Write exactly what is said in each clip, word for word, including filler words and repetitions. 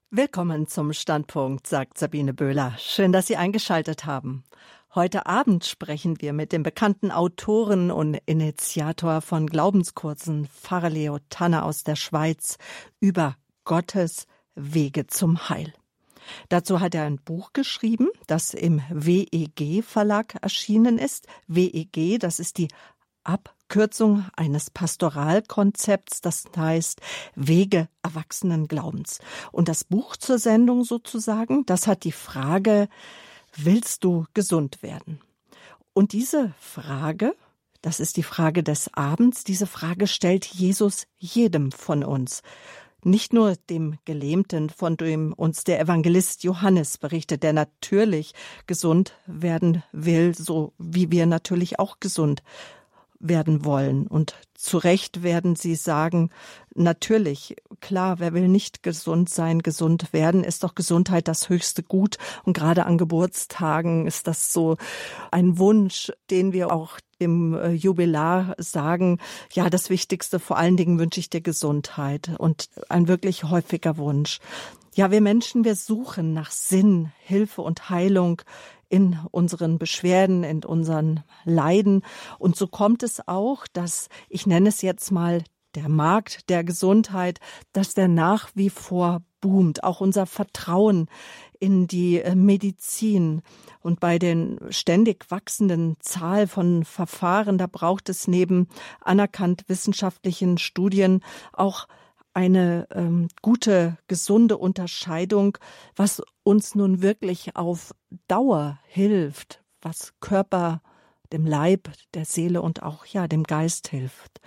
Willkommen zum Standpunkt, sagt Sabine Böhler. Schön, dass Sie eingeschaltet haben. Heute Abend sprechen wir mit dem bekannten Autoren und Initiator von Glaubenskursen, Pfarrer Leo Tanner aus der Schweiz, über Gottes Wege zum Heil. Dazu hat er ein Buch geschrieben, das im W E G-Verlag erschienen ist. W E G, das ist die Abkürzung eines Pastoralkonzepts, das heißt Wege erwachsenen Glaubens. Und das Buch zur Sendung sozusagen, das hat die Frage: Willst du gesund werden? Und diese Frage, das ist die Frage des Abends, diese Frage stellt Jesus jedem von uns. Nicht nur dem Gelähmten, von dem uns der Evangelist Johannes berichtet, der natürlich gesund werden will, so wie wir natürlich auch gesund werden wollen. Und zu Recht werden Sie sagen, natürlich, klar, wer will nicht gesund sein, gesund werden, ist doch Gesundheit das höchste Gut. Und gerade an Geburtstagen ist das so ein Wunsch, den wir auch im Jubilar sagen, ja, das Wichtigste, vor allen Dingen wünsche ich dir Gesundheit, und ein wirklich häufiger Wunsch. Ja, wir Menschen, wir suchen nach Sinn, Hilfe und Heilung in unseren Beschwerden, in unseren Leiden. Und so kommt es auch, dass, ich nenne es jetzt mal, der Markt der Gesundheit, dass der nach wie vor boomt. Auch unser Vertrauen in die Medizin. Und bei den ständig wachsenden Zahl von Verfahren, da braucht es neben anerkannt wissenschaftlichen Studien auch eine ähm, gute, gesunde Unterscheidung, was uns nun wirklich auf Dauer hilft, was Körper, dem Leib, der Seele und auch ja dem Geist hilft.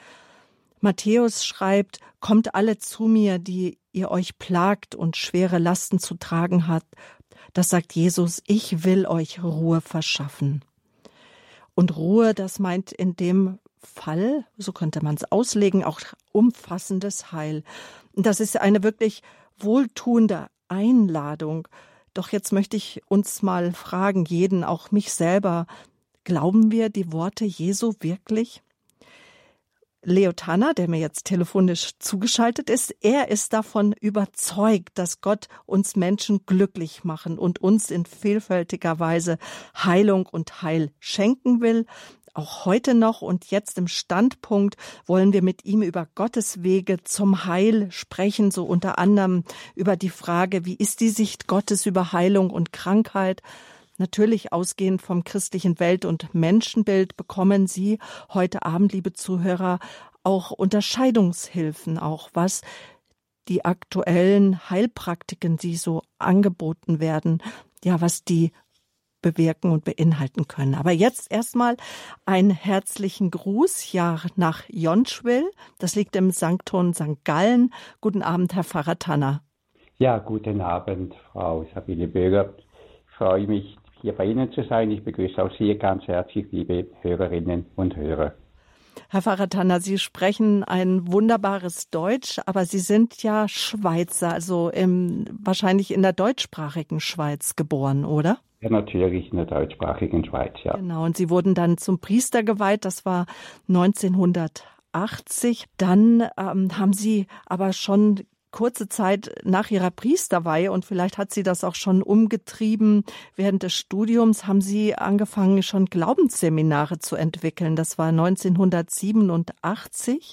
Matthäus schreibt: Kommt alle zu mir, die ihr euch plagt und schwere Lasten zu tragen habt. Das sagt Jesus, ich will euch Ruhe verschaffen. Und Ruhe, das meint in dem Fall, so könnte man es auslegen, auch umfassendes Heil. Und das ist eine wirklich wohltuende Einladung. Doch jetzt möchte ich uns mal fragen, jeden, auch mich selber, glauben wir die Worte Jesu wirklich? Leo Tanner, der mir jetzt telefonisch zugeschaltet ist, er ist davon überzeugt, dass Gott uns Menschen glücklich machen und uns in vielfältiger Weise Heilung und Heil schenken will. Auch heute noch und jetzt im Standpunkt wollen wir mit ihm über Gottes Wege zum Heil sprechen, so unter anderem über die Frage, wie ist die Sicht Gottes über Heilung und Krankheit? Natürlich ausgehend vom christlichen Welt- und Menschenbild bekommen Sie heute Abend, liebe Zuhörer, auch Unterscheidungshilfen, auch was die aktuellen Heilpraktiken, die so angeboten werden, ja, was die bewirken und beinhalten können. Aber jetzt erstmal einen herzlichen Gruß, ja, nach Jonschwil. Das liegt im Sankton Sankt Gallen. Guten Abend, Herr Pfarrer Tanner. Ja, guten Abend, Frau Sabine Böhler. Ich freue mich, hier bei Ihnen zu sein. Ich begrüße auch Sie ganz herzlich, liebe Hörerinnen und Hörer. Herr Pfarrer Tanner, Sie sprechen ein wunderbares Deutsch, aber Sie sind ja Schweizer, also im, wahrscheinlich in der deutschsprachigen Schweiz geboren, oder? Ja, natürlich in der deutschsprachigen Schweiz, ja. Genau, und Sie wurden dann zum Priester geweiht, das war neunzehnhundertachtzig. Dann ähm, haben Sie aber schon kurze Zeit nach Ihrer Priesterweihe, und vielleicht hat Sie das auch schon umgetrieben, während des Studiums haben Sie angefangen, schon Glaubensseminare zu entwickeln. Das war neunzehnhundertsiebenundachtzig.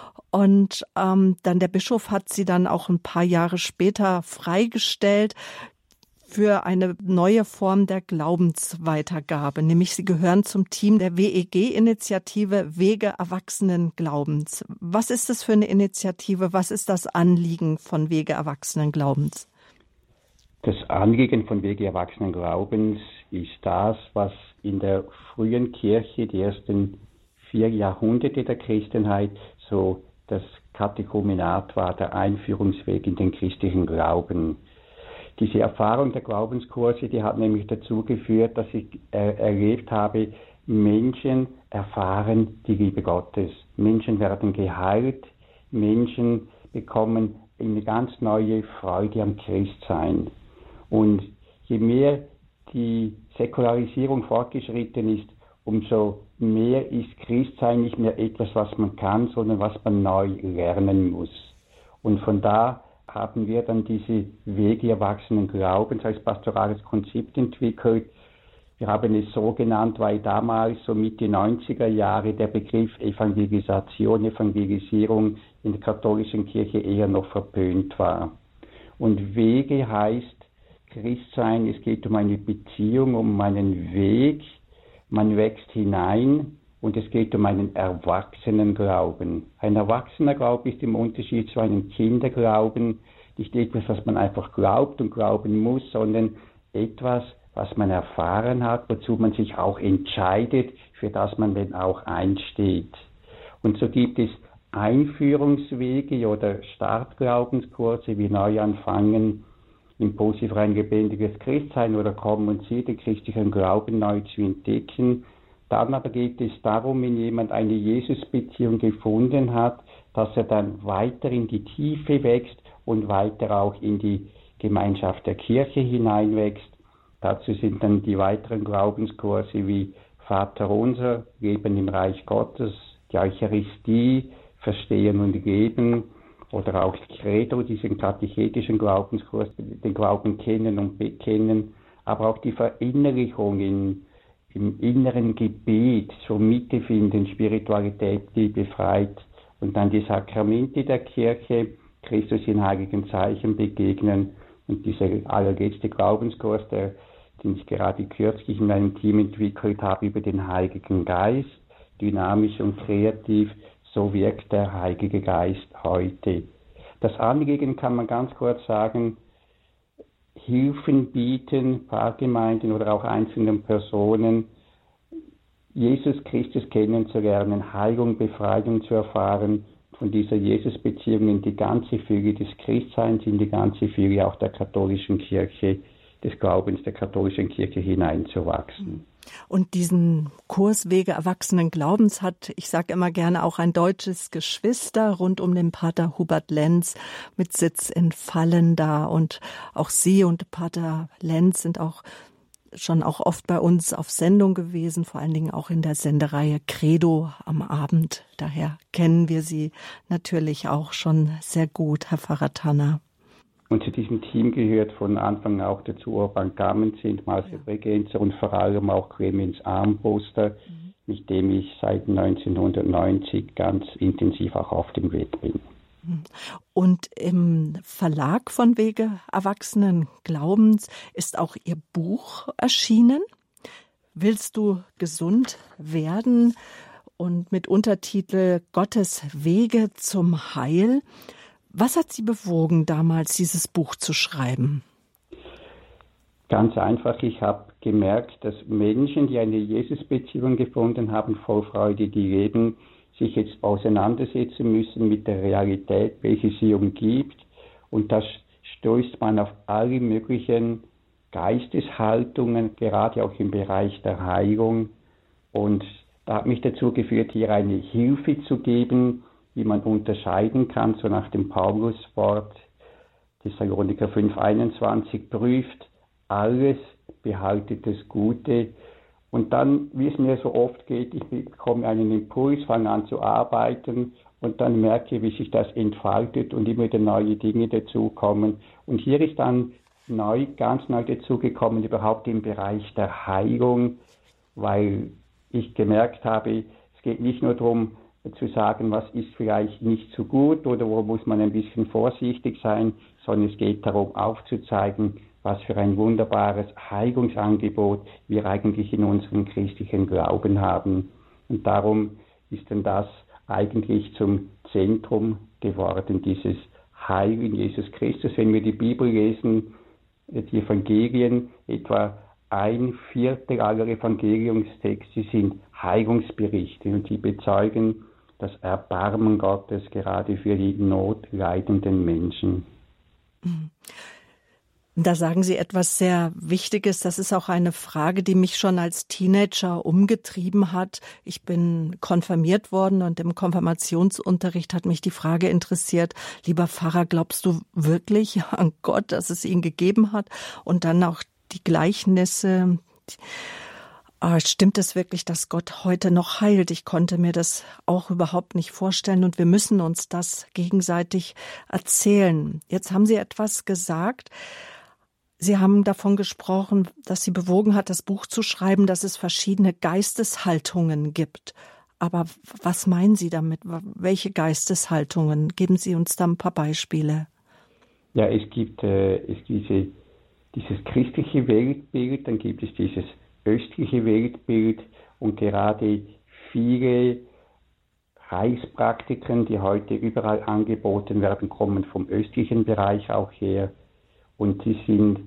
Und ähm, dann der Bischof hat Sie dann auch ein paar Jahre später freigestellt für eine neue Form der Glaubensweitergabe, nämlich Sie gehören zum Team der W E G-Initiative Wege erwachsenen Glaubens. Was ist das für eine Initiative? Was ist das Anliegen von Wege erwachsenen Glaubens? Das Anliegen von Wege erwachsenen Glaubens ist das, was in der frühen Kirche, die ersten vier Jahrhunderte der Christenheit, so das Katechumenat war, der Einführungsweg in den christlichen Glauben. Diese Erfahrung der Glaubenskurse, die hat nämlich dazu geführt, dass ich äh, erlebt habe, Menschen erfahren die Liebe Gottes. Menschen werden geheilt, Menschen bekommen eine ganz neue Freude am Christsein. Und je mehr die Säkularisierung fortgeschritten ist, umso mehr ist Christsein nicht mehr etwas, was man kann, sondern was man neu lernen muss. Und von da haben wir dann diese Wege erwachsenen Glaubens als pastorales Konzept entwickelt. Wir haben es so genannt, weil damals, so Mitte neunziger Jahre, der Begriff Evangelisation, Evangelisierung in der katholischen Kirche eher noch verpönt war. Und Wege heißt Christsein, es geht um eine Beziehung, um einen Weg, man wächst hinein und es geht um einen erwachsenen Glauben. Ein erwachsener Glaube ist im Unterschied zu einem Kinderglauben nicht etwas, was man einfach glaubt und glauben muss, sondern etwas, was man erfahren hat, wozu man sich auch entscheidet, für das man dann auch einsteht. Und so gibt es Einführungswege oder Startglaubenskurse wie Neuanfangen, Impulsiv rein lebendiges Christsein oder Kommen und Sie, den christlichen Glauben neu zu entdecken. Dann aber geht es darum, wenn jemand eine Jesus-Beziehung gefunden hat, dass er dann weiter in die Tiefe wächst und weiter auch in die Gemeinschaft der Kirche hineinwächst. Dazu sind dann die weiteren Glaubenskurse wie Vater unser, Leben im Reich Gottes, die Eucharistie, Verstehen und Geben oder auch Credo, diesen katechetischen Glaubenskurs, den Glauben kennen und bekennen, aber auch die Verinnerlichung in, im inneren Gebet, so Mitte finden, Spiritualität, die befreit und dann die Sakramente der Kirche, Christus in heiligen Zeichen begegnen und dieser allerletzte Glaubenskurs, der den ich gerade kürzlich in meinem Team entwickelt habe, über den Heiligen Geist, dynamisch und kreativ, so wirkt der Heilige Geist heute. Das Anliegen kann man ganz kurz sagen, Hilfen bieten, Pfarrgemeinden oder auch einzelnen Personen, Jesus Christus kennenzulernen, Heilung, Befreiung zu erfahren, von dieser Jesus-Beziehung in die ganze Fülle des Christseins, in die ganze Fülle auch der katholischen Kirche, des Glaubens der katholischen Kirche hineinzuwachsen. Und diesen Kurs Wege erwachsenen Glaubens hat, ich sage immer gerne, auch ein deutsches Geschwister rund um den Pater Hubert Lenz mit Sitz in Fallen da. Und auch Sie und Pater Lenz sind auch schon auch oft bei uns auf Sendung gewesen, vor allen Dingen auch in der Sendereihe Credo am Abend. Daher kennen wir Sie natürlich auch schon sehr gut, Herr Pfarrer Tanner. Und zu diesem Team gehört von Anfang auch dazu Urban Gammenzind, Marcel Bregenzer und vor allem auch Clemens Armbruster, mhm. mit dem ich seit neunzehnhundertneunzig ganz intensiv auch auf dem Weg bin. Und im Verlag von Wege erwachsenen Glaubens ist auch Ihr Buch erschienen. Willst du gesund werden? Und mit Untertitel Gottes Wege zum Heil. Was hat Sie bewogen, damals dieses Buch zu schreiben? Ganz einfach, ich habe gemerkt, dass Menschen, die eine Jesus-Beziehung gefunden haben, voll Freude, die leben, sich jetzt auseinandersetzen müssen mit der Realität, welche sie umgibt. Und da stößt man auf alle möglichen Geisteshaltungen, gerade auch im Bereich der Heilung. Und da hat mich dazu geführt, hier eine Hilfe zu geben, wie man unterscheiden kann, so nach dem Pauluswort, Thessaloniker fünf einundzwanzig, prüft alles, behaltet das Gute. Und dann, wie es mir so oft geht, ich bekomme einen Impuls, fange an zu arbeiten und dann merke, wie sich das entfaltet und immer wieder neue Dinge dazukommen. Und hier ist dann neu, ganz neu dazugekommen, überhaupt im Bereich der Heilung, weil ich gemerkt habe, es geht nicht nur darum, zu sagen, was ist vielleicht nicht so gut oder wo muss man ein bisschen vorsichtig sein, sondern es geht darum, aufzuzeigen, was für ein wunderbares Heilungsangebot wir eigentlich in unserem christlichen Glauben haben. Und darum ist denn das eigentlich zum Zentrum geworden, dieses Heil in Jesus Christus. Wenn wir die Bibel lesen, die Evangelien, etwa ein Viertel aller Evangeliumstexte sind Heilungsberichte und sie bezeugen das Erbarmen Gottes gerade für die notleidenden Menschen. Da sagen Sie etwas sehr Wichtiges. Das ist auch eine Frage, die mich schon als Teenager umgetrieben hat. Ich bin konfirmiert worden und im Konfirmationsunterricht hat mich die Frage interessiert, lieber Pfarrer, glaubst du wirklich an Gott, dass es ihn gegeben hat? Und dann auch die Gleichnisse Aber stimmt es wirklich, dass Gott heute noch heilt? Ich konnte mir das auch überhaupt nicht vorstellen und wir müssen uns das gegenseitig erzählen. Jetzt haben Sie etwas gesagt. Sie haben davon gesprochen, dass Sie bewogen hat, das Buch zu schreiben, dass es verschiedene Geisteshaltungen gibt. Aber was meinen Sie damit? Welche Geisteshaltungen? Geben Sie uns da ein paar Beispiele. Ja, es gibt äh, es diese, dieses christliche Weltbild, dann gibt es dieses östliche Weltbild und gerade viele Heilspraktiken, die heute überall angeboten werden, kommen vom östlichen Bereich auch her und sie sind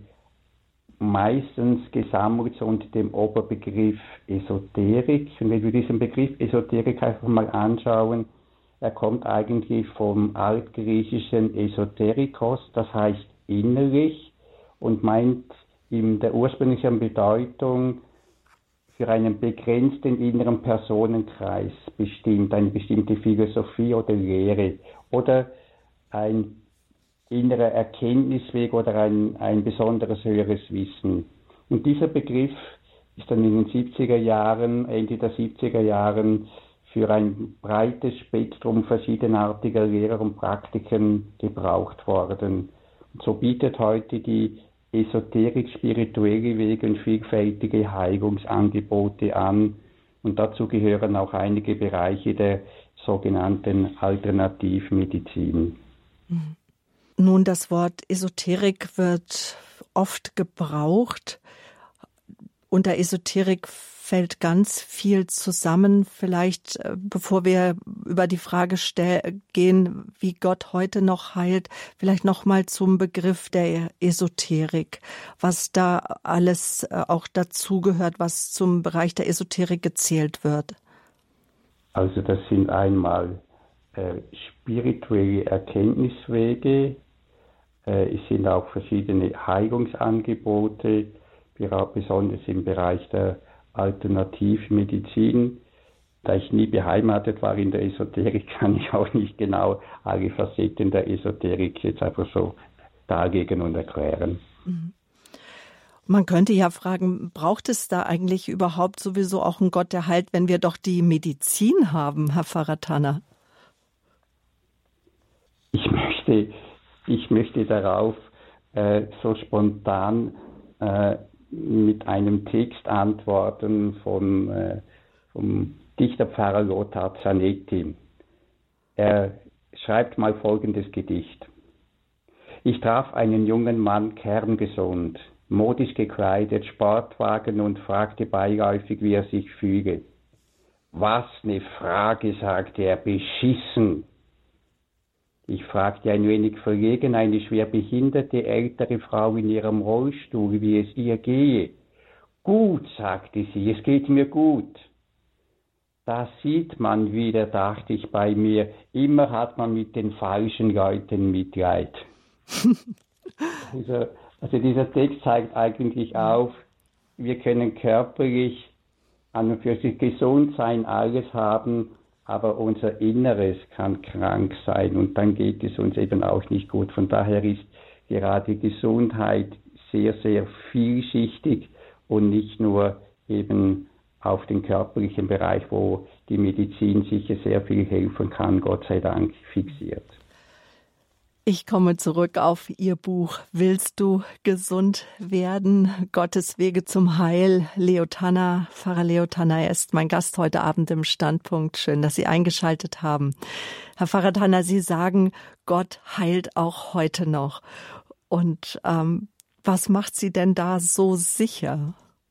meistens gesammelt so unter dem Oberbegriff Esoterik. Und wenn wir diesen Begriff Esoterik einfach mal anschauen, er kommt eigentlich vom altgriechischen Esoterikos, das heißt innerlich und meint in der ursprünglichen Bedeutung für einen begrenzten inneren Personenkreis bestimmt, eine bestimmte Philosophie oder Lehre oder ein innerer Erkenntnisweg oder ein, ein besonderes höheres Wissen. Und dieser Begriff ist dann in den siebziger Jahren, Ende der siebziger Jahren für ein breites Spektrum verschiedenartiger Lehrer und Praktiken gebraucht worden. Und so bietet heute die Esoterik spirituelle Wege und vielfältige Heilungsangebote an. Und dazu gehören auch einige Bereiche der sogenannten Alternativmedizin. Nun, das Wort Esoterik wird oft gebraucht. Unter Esoterik fällt ganz viel zusammen. Vielleicht, bevor wir über die Frage stell- gehen, wie Gott heute noch heilt, vielleicht noch mal zum Begriff der Esoterik, was da alles auch dazugehört, was zum Bereich der Esoterik gezählt wird. Also das sind einmal äh, spirituelle Erkenntniswege, äh, es sind auch verschiedene Heilungsangebote, besonders im Bereich der Alternativmedizin. Da ich nie beheimatet war in der Esoterik, kann ich auch nicht genau alle Facetten der Esoterik jetzt einfach so darlegen und erklären. Man könnte ja fragen, braucht es da eigentlich überhaupt sowieso auch einen Gott der heilt, wenn wir doch die Medizin haben, Herr Pfarrer Tanner? Ich möchte, ich möchte darauf äh, so spontan äh, mit einem Text antworten von, äh, vom Dichterpfarrer Lothar Zanetti. Er schreibt mal folgendes Gedicht. Ich traf einen jungen Mann kerngesund, modisch gekleidet, Sportwagen und fragte beiläufig, wie er sich fühle. Was ne Frage, sagte er, beschissen. Ich fragte ein wenig verlegen eine schwer behinderte ältere Frau in ihrem Rollstuhl, wie es ihr gehe. Gut, sagte sie, es geht mir gut. Da sieht man wieder, dachte ich bei mir, immer hat man mit den falschen Leuten Mitleid. also, also dieser Text zeigt eigentlich auf, wir können körperlich an und für sich gesund sein, alles haben, aber unser Inneres kann krank sein und dann geht es uns eben auch nicht gut. Von daher ist gerade Gesundheit sehr, sehr vielschichtig und nicht nur eben auf den körperlichen Bereich, wo die Medizin sicher sehr viel helfen kann, Gott sei Dank fixiert. Ich komme zurück auf Ihr Buch Willst du gesund werden? Gottes Wege zum Heil. Leo Tanner, Pfarrer Leo Tanner, er ist mein Gast heute Abend im Standpunkt. Schön, dass Sie eingeschaltet haben. Herr Pfarrer Tanner, Sie sagen, Gott heilt auch heute noch. Und ähm, was macht Sie denn da so sicher?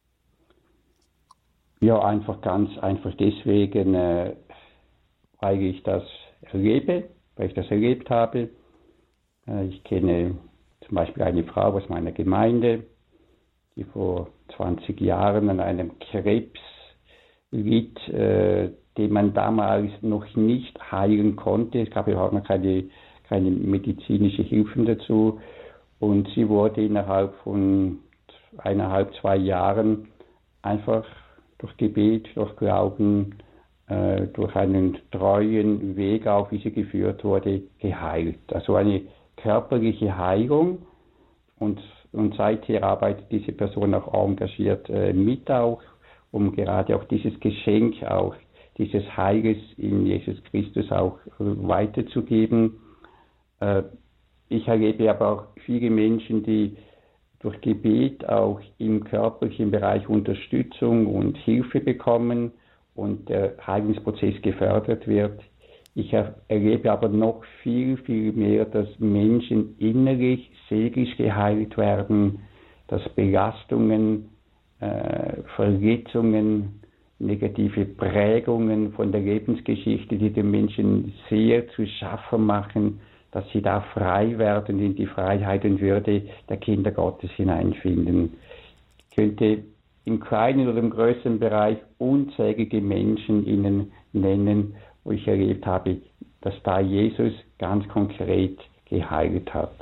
Ja, einfach ganz einfach deswegen, äh, weil ich das erlebe, weil ich das erlebt habe. Ich kenne zum Beispiel eine Frau aus meiner Gemeinde, die vor zwanzig Jahren an einem Krebs litt, äh, den man damals noch nicht heilen konnte. Es gab überhaupt noch keine, keine medizinische Hilfen dazu. Und sie wurde innerhalb von eineinhalb, zwei Jahren einfach durch Gebet, durch Glauben, äh, durch einen treuen Weg, auch wie sie geführt wurde, geheilt. Also eine körperliche Heilung und, und seither arbeitet diese Person auch engagiert äh, mit auch um gerade auch dieses Geschenk, auch dieses Heiles in Jesus Christus auch weiterzugeben. Ich erlebe aber auch viele Menschen, die durch Gebet auch im körperlichen Bereich Unterstützung und Hilfe bekommen und der Heilungsprozess gefördert wird. Ich erlebe aber noch viel, viel mehr, dass Menschen innerlich, seelisch geheilt werden, dass Belastungen, äh, Verletzungen, negative Prägungen von der Lebensgeschichte, die den Menschen sehr zu schaffen machen, dass sie da frei werden, in die Freiheit und Würde der Kinder Gottes hineinfinden. Ich könnte im kleinen oder im größeren Bereich unzählige Menschen Ihnen nennen, wo ich erlebt habe, dass da Jesus ganz konkret geheilt hat.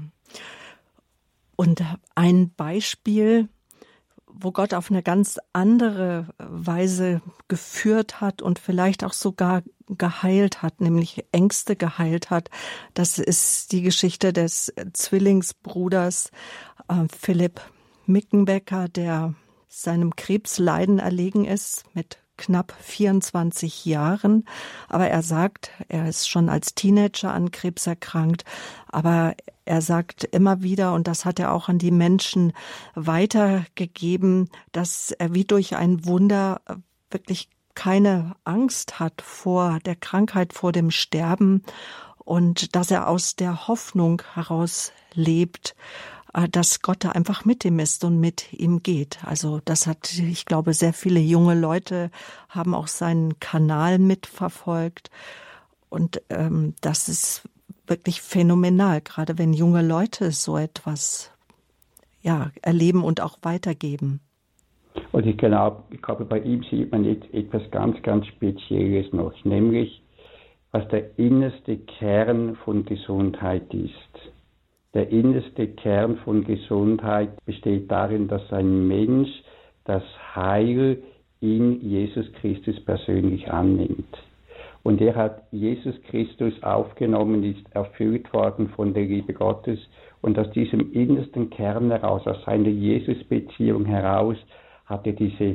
Und ein Beispiel, wo Gott auf eine ganz andere Weise geführt hat und vielleicht auch sogar geheilt hat, nämlich Ängste geheilt hat. Das ist die Geschichte des Zwillingsbruders äh, Philipp Mickenbecker, der seinem Krebsleiden erlegen ist mit knapp vierundzwanzig Jahren. Aber er sagt, er ist schon als Teenager an Krebs erkrankt, aber er sagt immer wieder, und das hat er auch an die Menschen weitergegeben, dass er wie durch ein Wunder wirklich keine Angst hat vor der Krankheit, vor dem Sterben und dass er aus der Hoffnung heraus lebt, dass Gott da einfach mit ihm ist und mit ihm geht. Also das hat, ich glaube, sehr viele junge Leute haben auch seinen Kanal mitverfolgt und ähm, das ist wirklich phänomenal, gerade wenn junge Leute so etwas ja, erleben und auch weitergeben. Und ich, genau, ich glaube, bei ihm sieht man jetzt etwas ganz, ganz Spezielles noch, nämlich was der innerste Kern von Gesundheit ist. Der innerste Kern von Gesundheit besteht darin, dass ein Mensch das Heil in Jesus Christus persönlich annimmt. Und er hat Jesus Christus aufgenommen, ist erfüllt worden von der Liebe Gottes. Und aus diesem innersten Kern heraus, aus seiner Jesus-Beziehung heraus, hat er diese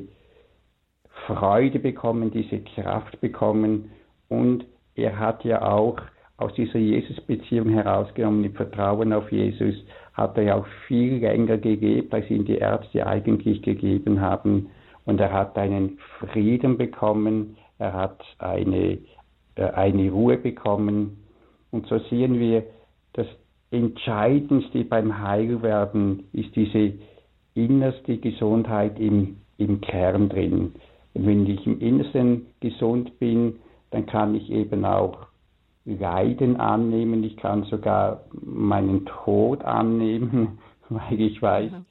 Freude bekommen, diese Kraft bekommen. Und er hat ja auch aus dieser Jesus-Beziehung herausgenommen, im Vertrauen auf Jesus, hat er ja auch viel länger gelebt, als ihm die Ärzte eigentlich gegeben haben. Und er hat einen Frieden bekommen, er hat eine, äh, eine Ruhe bekommen. Und so sehen wir, das Entscheidendste beim Heilwerden ist diese innerste Gesundheit im, im Kern drin. Und wenn ich im Innersten gesund bin, dann kann ich eben auch Leiden annehmen, ich kann sogar meinen Tod annehmen, weil ich weiß, ja.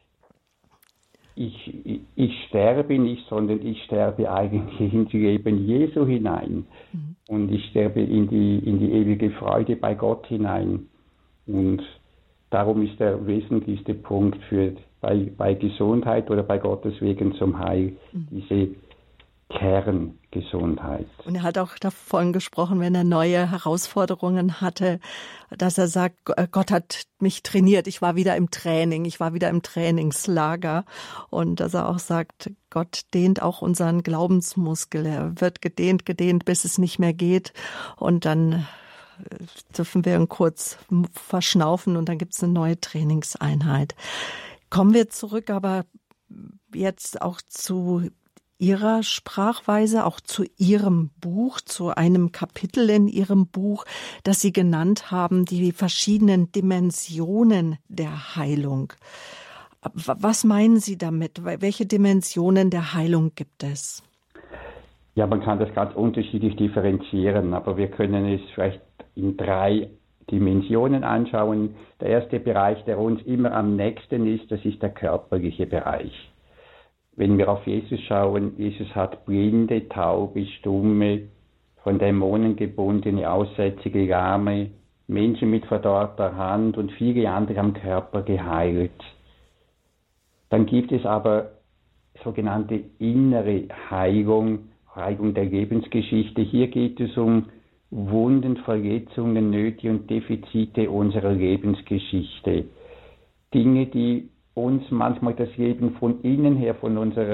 ich, ich, ich sterbe nicht, sondern ich sterbe eigentlich ins Leben Jesu hinein. Mhm. Und ich sterbe in die, in die ewige Freude bei Gott hinein. Und darum ist der wesentlichste Punkt für, bei, bei Gesundheit oder bei Gottes Wegen zum Heil, mhm. diese Kerngesundheit. Und er hat auch davon gesprochen, wenn er neue Herausforderungen hatte, dass er sagt, Gott hat mich trainiert, ich war wieder im Training, ich war wieder im Trainingslager. Und dass er auch sagt, Gott dehnt auch unseren Glaubensmuskel, er wird gedehnt, gedehnt, bis es nicht mehr geht. Und dann dürfen wir ihn kurz verschnaufen und dann gibt es eine neue Trainingseinheit. Kommen wir zurück aber jetzt auch zu Ihrer Sprachweise, auch zu Ihrem Buch, zu einem Kapitel in Ihrem Buch, das Sie genannt haben, die verschiedenen Dimensionen der Heilung. Was meinen Sie damit? Welche Dimensionen der Heilung gibt es? Ja, man kann das ganz unterschiedlich differenzieren, aber wir können es vielleicht in drei Dimensionen anschauen. Der erste Bereich, der uns immer am nächsten ist, das ist der körperliche Bereich. Wenn wir auf Jesus schauen, Jesus hat Blinde, Taube, Stumme, von Dämonen gebundene, Aussätzige, Lahme, Menschen mit verdorrter Hand und viele andere am Körper geheilt. Dann gibt es aber sogenannte innere Heilung, Heilung der Lebensgeschichte. Hier geht es um Wunden, Verletzungen, Nöte und Defizite unserer Lebensgeschichte. Dinge, die uns manchmal das Leben von innen her, von unserem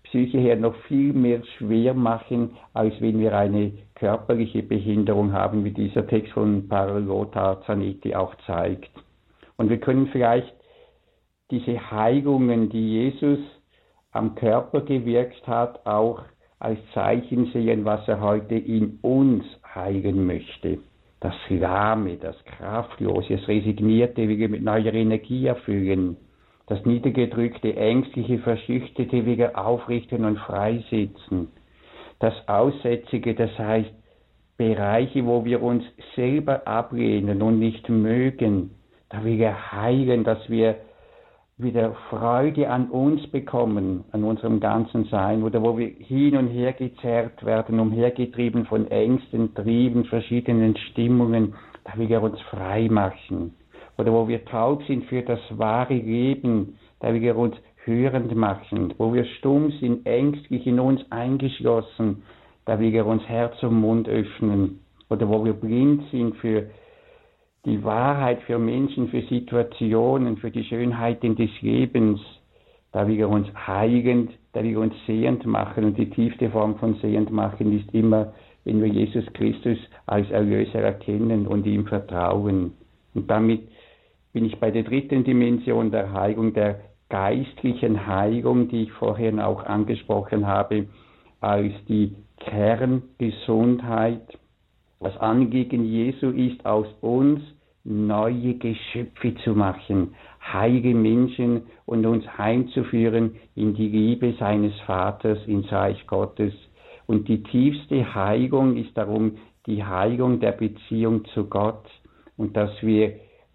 Psyche her noch viel mehr schwer machen, als wenn wir eine körperliche Behinderung haben, wie dieser Text von Lothar Zanetti auch zeigt. Und wir können vielleicht diese Heilungen, die Jesus am Körper gewirkt hat, auch als Zeichen sehen, was er heute in uns heilen möchte. Das Lahme, das Kraftlose, das Resignierte wieder mit neuer Energie erfüllen. Das Niedergedrückte, Ängstliche, Verschüchterte wieder aufrichten und freisetzen. Das Aussätzige, das heißt Bereiche, wo wir uns selber ablehnen und nicht mögen, da wieder heilen, dass wir wieder Freude an uns bekommen, an unserem ganzen Sein, oder wo wir hin und her gezerrt werden, umhergetrieben von Ängsten, Trieben, verschiedenen Stimmungen, da will er uns frei machen. Oder wo wir taub sind für das wahre Leben, da will er uns hörend machen. Wo wir stumm sind, ängstlich in uns eingeschlossen, da will er uns Herz und Mund öffnen. Oder wo wir blind sind für die Wahrheit, für Menschen, für Situationen, für die Schönheiten des Lebens, da will er uns heilend, da will er uns sehend machen. Und die tiefste Form von sehend machen ist immer, wenn wir Jesus Christus als Erlöser erkennen und ihm vertrauen. Und damit bin ich bei der dritten Dimension der Heilung, der geistlichen Heilung, die ich vorhin auch angesprochen habe, als die Kerngesundheit. Das Anliegen Jesu ist, aus uns neue Geschöpfe zu machen, heilige Menschen, und uns heimzuführen in die Liebe seines Vaters, ins Reich Gottes. Und die tiefste Heilung ist darum die Heilung der Beziehung zu Gott, und dass wir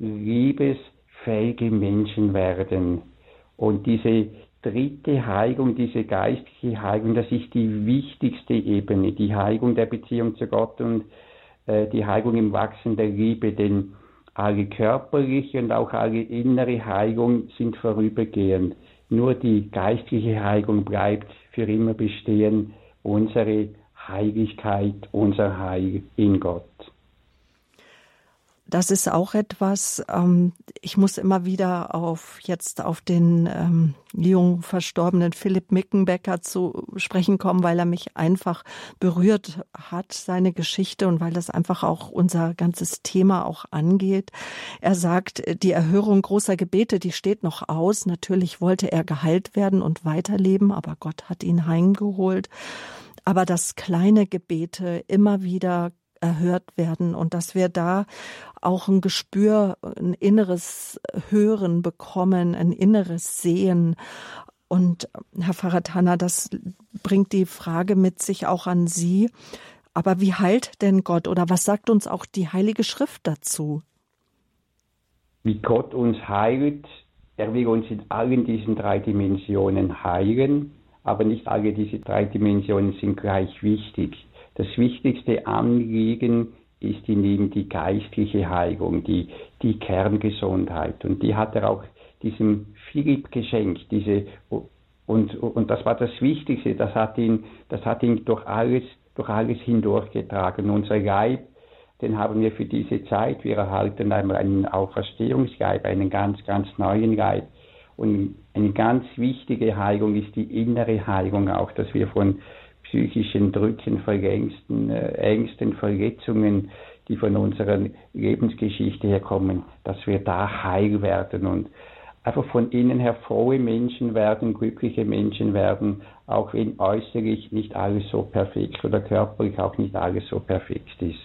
liebesfähige Menschen werden. Und diese dritte Heilung, diese geistliche Heilung, das ist die wichtigste Ebene, die Heilung der Beziehung zu Gott und äh, die Heilung im Wachsen der Liebe, denn alle körperliche und auch alle innere Heilung sind vorübergehend. Nur die geistliche Heilung bleibt für immer bestehen, unsere Heiligkeit, unser Heil in Gott. Das ist auch etwas, ähm, ich muss immer wieder auf jetzt auf den ähm, jung verstorbenen Philipp Mickenbecker zu sprechen kommen, weil er mich einfach berührt hat, seine Geschichte, und weil das einfach auch unser ganzes Thema auch angeht. Er sagt, die Erhörung großer Gebete, die steht noch aus. Natürlich wollte er geheilt werden und weiterleben, aber Gott hat ihn heimgeholt. Aber dass kleine Gebete immer wieder erhört werden und dass wir da auch ein Gespür, ein inneres Hören bekommen, ein inneres Sehen. Und Herr Pfarrer Tanner, das bringt die Frage mit sich auch an Sie. Aber wie heilt denn Gott, oder was sagt uns auch die Heilige Schrift dazu? Wie Gott uns heilt, er will uns in allen diesen drei Dimensionen heilen, aber nicht alle diese drei Dimensionen sind gleich wichtig. Das wichtigste Anliegen ist in ihm die geistliche Heilung, die, die Kerngesundheit. Und die hat er auch diesem Philipp geschenkt. Diese, und, und das war das Wichtigste, das hat ihn, das hat ihn durch alles, durch alles hindurchgetragen. Unser Leib, den haben wir für diese Zeit, wir erhalten einmal einen Auferstehungsleib, einen ganz, ganz neuen Leib. Und eine ganz wichtige Heilung ist die innere Heilung auch, dass wir von psychischen Drücken, Verlängsten, äh, Ängsten, Verletzungen, die von unserer Lebensgeschichte herkommen, dass wir da heil werden und einfach von innen her frohe Menschen werden, glückliche Menschen werden, auch wenn äußerlich nicht alles so perfekt oder körperlich auch nicht alles so perfekt ist.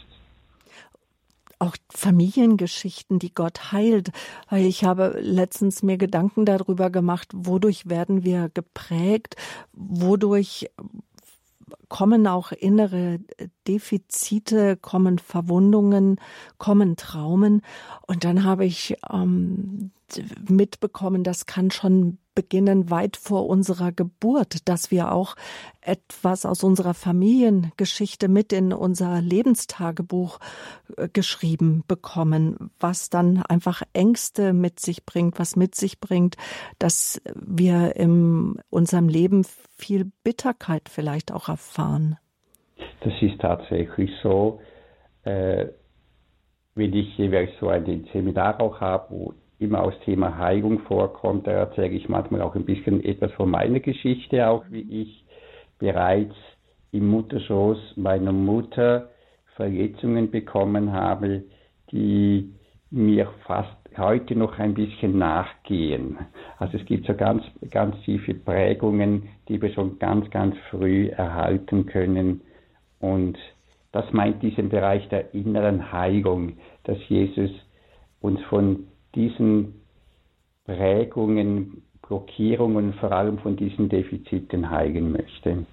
Auch Familiengeschichten, die Gott heilt, weil ich habe letztens mir Gedanken darüber gemacht, wodurch werden wir geprägt, wodurch kommen auch innere Defizite, kommen Verwundungen, kommen Traumen. Und dann habe ich ähm, mitbekommen, das kann schon beginnen weit vor unserer Geburt, dass wir auch etwas aus unserer Familiengeschichte mit in unser Lebenstagebuch äh, geschrieben bekommen, was dann einfach Ängste mit sich bringt, was mit sich bringt, dass wir in unserem Leben viel Bitterkeit vielleicht auch erfahren. Das ist tatsächlich so. Äh, wenn ich jeweils so ein Seminar auch habe, wo immer auch das Thema Heilung vorkommt. Da erzähle ich manchmal auch ein bisschen etwas von meiner Geschichte, auch wie ich bereits im Mutterschoß meiner Mutter Verletzungen bekommen habe, die mir fast heute noch ein bisschen nachgehen. Also es gibt so ganz, ganz tiefe Prägungen, die wir schon ganz, ganz früh erhalten können. Und das meint diesen Bereich der inneren Heilung, dass Jesus uns von diesen Prägungen, Blockierungen, vor allem von diesen Defiziten heilen möchte.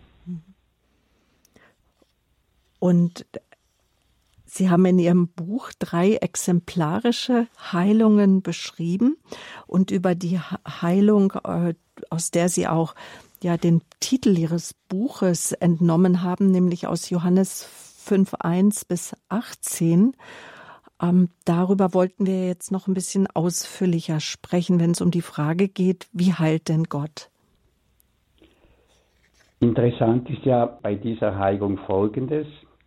Und Sie haben in Ihrem Buch drei exemplarische Heilungen beschrieben und über die Heilung, aus der Sie auch ja den Titel Ihres Buches entnommen haben, nämlich aus Johannes fünf, eins bis achtzehn. Ähm, darüber wollten wir jetzt noch ein bisschen ausführlicher sprechen, wenn es um die Frage geht, wie heilt denn Gott? Interessant ist ja bei dieser Heilung Folgendes.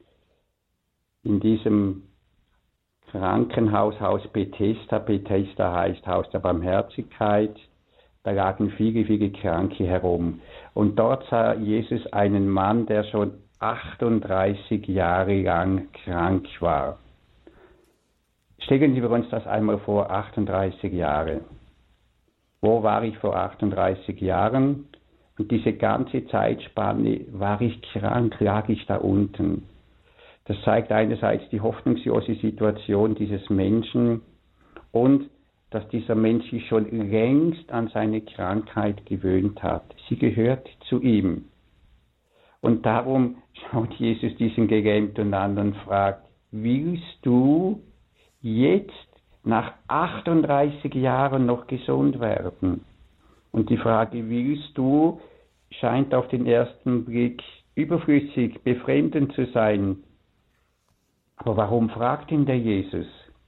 In diesem Krankenhaus, Haus Bethesda, Bethesda heißt Haus der Barmherzigkeit, da lagen viele, viele Kranke herum. Und dort sah Jesus einen Mann, der schon achtunddreißig Jahre lang krank war. Stellen wir uns das einmal vor, achtunddreißig Jahre. Wo war ich vor achtunddreißig Jahren? Und diese ganze Zeitspanne war ich krank, lag ich da unten. Das zeigt einerseits die hoffnungslose Situation dieses Menschen und dass dieser Mensch sich schon längst an seine Krankheit gewöhnt hat. Sie gehört zu ihm. Und darum schaut Jesus diesen Gelähmten an und fragt, willst du jetzt nach achtunddreißig Jahren noch gesund werden? Und die Frage, willst du, scheint auf den ersten Blick überflüssig, befremdend zu sein. Aber warum fragt ihn der Jesus?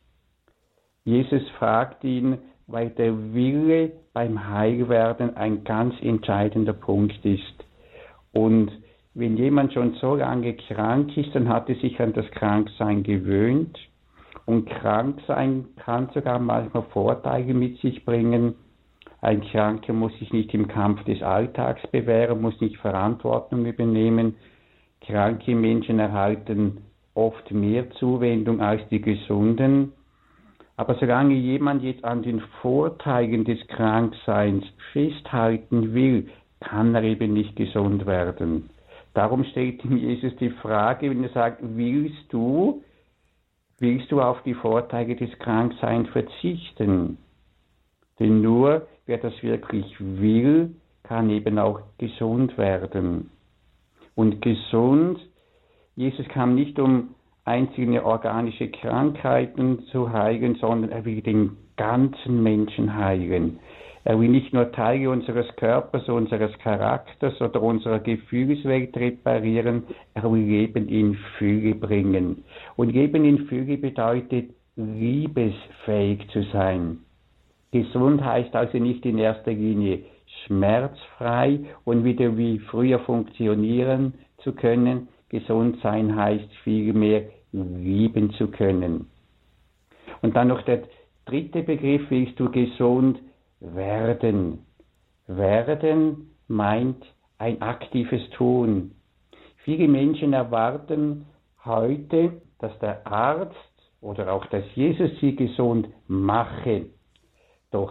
Jesus fragt ihn, weil der Wille beim Heilwerden ein ganz entscheidender Punkt ist. Und wenn jemand schon so lange krank ist, dann hat er sich an das Kranksein gewöhnt. Und Kranksein kann sogar manchmal Vorteile mit sich bringen. Ein Kranker muss sich nicht im Kampf des Alltags bewähren, muss nicht Verantwortung übernehmen. Kranke Menschen erhalten oft mehr Zuwendung als die Gesunden. Aber solange jemand jetzt an den Vorteilen des Krankseins festhalten will, kann er eben nicht gesund werden. Darum stellt ihm Jesus die Frage, wenn er sagt, willst du, willst du auf die Vorteile des Krankseins verzichten? Denn nur wer das wirklich will, kann eben auch gesund werden. Und gesund, Jesus kam nicht, um einzelne organische Krankheiten zu heilen, sondern er will den ganzen Menschen heilen. Er will nicht nur Teile unseres Körpers, unseres Charakters oder unserer Gefühlswelt reparieren, er will Leben in Fülle bringen. Und Leben in Fülle bedeutet, liebesfähig zu sein. Gesund heißt also nicht in erster Linie schmerzfrei und wieder wie früher funktionieren zu können. Gesund sein heißt vielmehr lieben zu können. Und dann noch der dritte Begriff, willst du gesund werden. Werden meint ein aktives Tun. Viele Menschen erwarten heute, dass der Arzt oder auch dass Jesus sie gesund mache. Doch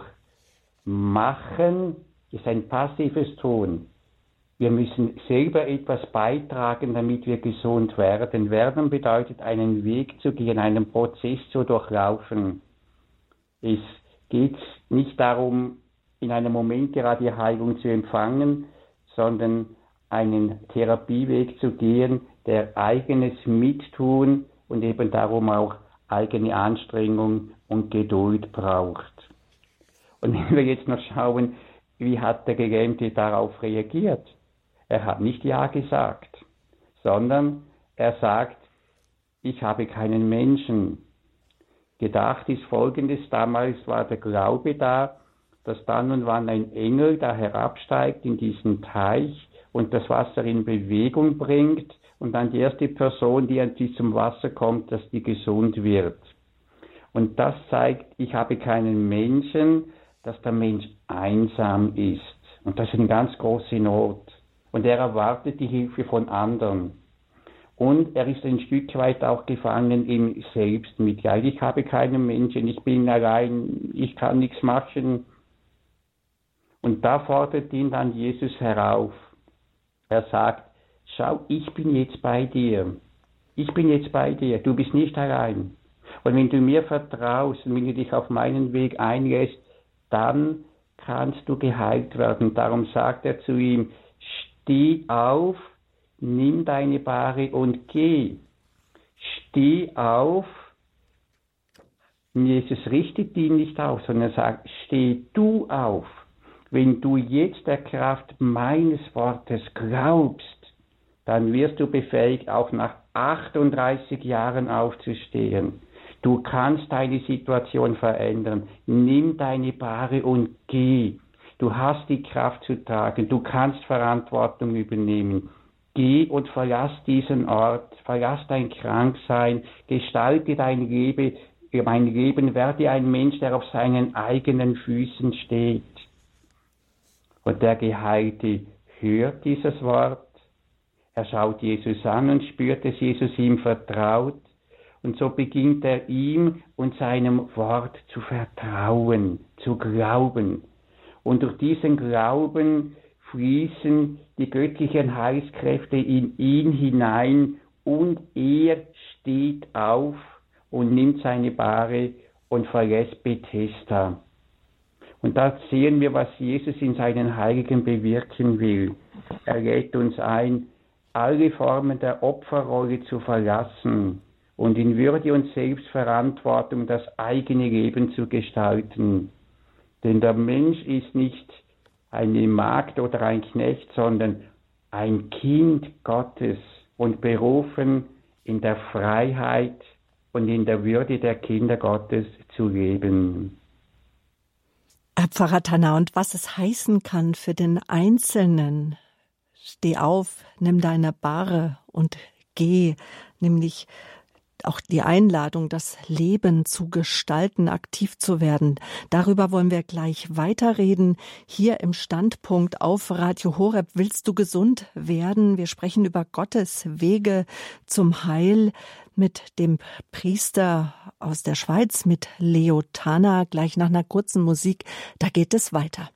machen ist ein passives Tun. Wir müssen selber etwas beitragen, damit wir gesund werden. Werden bedeutet, einen Weg zu gehen, einen Prozess zu durchlaufen. Es geht nicht darum, in einem Moment gerade die Heilung zu empfangen, sondern einen Therapieweg zu gehen, der eigenes Mittun und eben darum auch eigene Anstrengung und Geduld braucht. Und wenn wir jetzt noch schauen, wie hat der Gelähmte darauf reagiert? Er hat nicht Ja gesagt, sondern er sagt, ich habe keinen Menschen. Gedacht ist Folgendes, damals war der Glaube da, dass dann und wann ein Engel da herabsteigt in diesen Teich und das Wasser in Bewegung bringt und dann die erste Person, die an diesem Wasser kommt, dass die gesund wird. Und das zeigt, ich habe keinen Menschen, dass der Mensch einsam ist. Und das ist eine ganz große Not. Und er erwartet die Hilfe von anderen. Und er ist ein Stück weit auch gefangen im Selbstmitleid. Ich habe keinen Menschen, ich bin allein, ich kann nichts machen. Und da fordert ihn dann Jesus herauf. Er sagt, schau, ich bin jetzt bei dir. Ich bin jetzt bei dir, du bist nicht allein. Und wenn du mir vertraust und wenn du dich auf meinen Weg einlässt, dann kannst du geheilt werden. Darum sagt er zu ihm, steh auf, nimm deine Bahre und geh. Steh auf. Jesus richtet ihn nicht auf, sondern er sagt, steh du auf. Wenn du jetzt der Kraft meines Wortes glaubst, dann wirst du befähigt, auch nach achtunddreißig Jahren aufzustehen. Du kannst deine Situation verändern. Nimm deine Bahre und geh. Du hast die Kraft zu tragen. Du kannst Verantwortung übernehmen. Geh und verlass diesen Ort. Verlass dein Kranksein. Gestalte dein Leben, mein Leben. Werde ein Mensch, der auf seinen eigenen Füßen steht. Und der Geheilte hört dieses Wort. Er schaut Jesus an und spürt, dass Jesus ihm vertraut. Und so beginnt er ihm und seinem Wort zu vertrauen, zu glauben. Und durch diesen Glauben fließen die göttlichen Heilskräfte in ihn hinein und er steht auf und nimmt seine Bahre und verlässt Bethesda. Und da sehen wir, was Jesus in seinen Heiligen bewirken will. Er lädt uns ein, alle Formen der Opferrolle zu verlassen und in Würde und Selbstverantwortung das eigene Leben zu gestalten. Denn der Mensch ist nicht eine Magd oder ein Knecht, sondern ein Kind Gottes und berufen, in der Freiheit und in der Würde der Kinder Gottes zu leben. Herr Pfarrer Tanner, und was es heißen kann für den Einzelnen, steh auf, nimm deine Bahre und geh, nämlich auch die Einladung, das Leben zu gestalten, aktiv zu werden. Darüber wollen wir gleich weiterreden. Hier im Standpunkt auf Radio Horeb. Willst du gesund werden? Wir sprechen über Gottes Wege zum Heil mit dem Priester aus der Schweiz, mit Leo Tanner. Gleich nach einer kurzen Musik, da geht es weiter.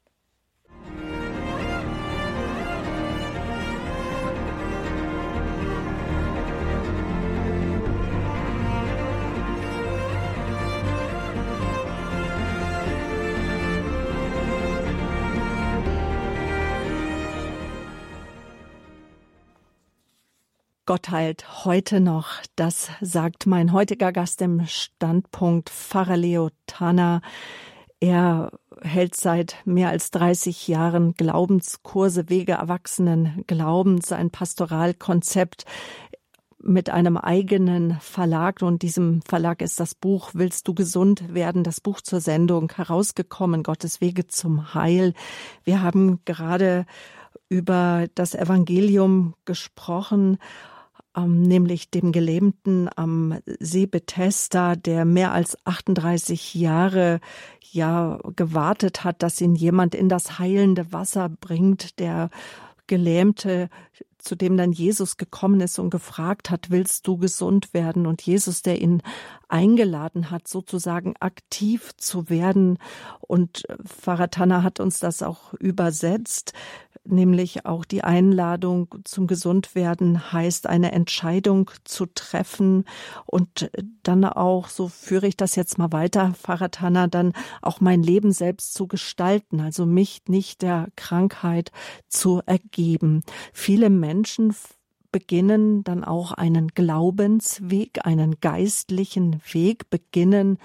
Gott heilt heute noch, das sagt mein heutiger Gast im Standpunkt, Pfarrer Leo Tanner. Er hält seit mehr als dreißig Jahren Glaubenskurse, Wege erwachsenen Glaubens, ein Pastoralkonzept mit einem eigenen Verlag. Und diesem Verlag ist das Buch Willst du gesund werden? Das Buch zur Sendung herausgekommen, Gottes Wege zum Heil. Wir haben gerade über das Evangelium gesprochen, nämlich dem Gelähmten am See Bethesda, der mehr als achtunddreißig Jahre ja gewartet hat, dass ihn jemand in das heilende Wasser bringt. Der Gelähmte, zu dem dann Jesus gekommen ist und gefragt hat, willst du gesund werden? Und Jesus, der ihn eingeladen hat, sozusagen aktiv zu werden. Und Pfarrer Tanner hat uns das auch übersetzt, nämlich auch die Einladung zum Gesundwerden heißt, eine Entscheidung zu treffen und dann auch, so führe ich das jetzt mal weiter, Pfarrer Tanner, dann auch mein Leben selbst zu gestalten, also mich nicht der Krankheit zu ergeben. Viele Menschen beginnen dann auch einen Glaubensweg, einen geistlichen Weg, beginnen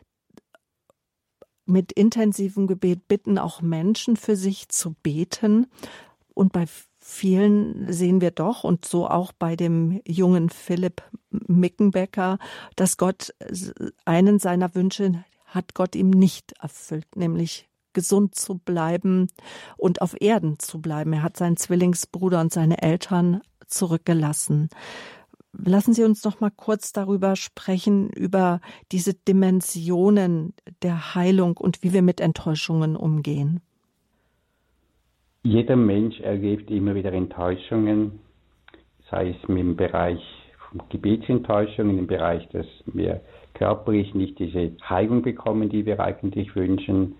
mit intensivem Gebet, bitten auch Menschen für sich zu beten. Und bei vielen sehen wir doch, und so auch bei dem jungen Philipp Mickenbecker, dass Gott einen seiner Wünsche hat Gott ihm nicht erfüllt, nämlich gesund zu bleiben und auf Erden zu bleiben. Er hat seinen Zwillingsbruder und seine Eltern zurückgelassen. Lassen Sie uns noch mal kurz darüber sprechen, über diese Dimensionen der Heilung und wie wir mit Enttäuschungen umgehen. Jeder Mensch erlebt immer wieder Enttäuschungen, sei es im Bereich von Gebetsenttäuschungen, im Bereich, dass wir körperlich nicht diese Heilung bekommen, die wir eigentlich wünschen.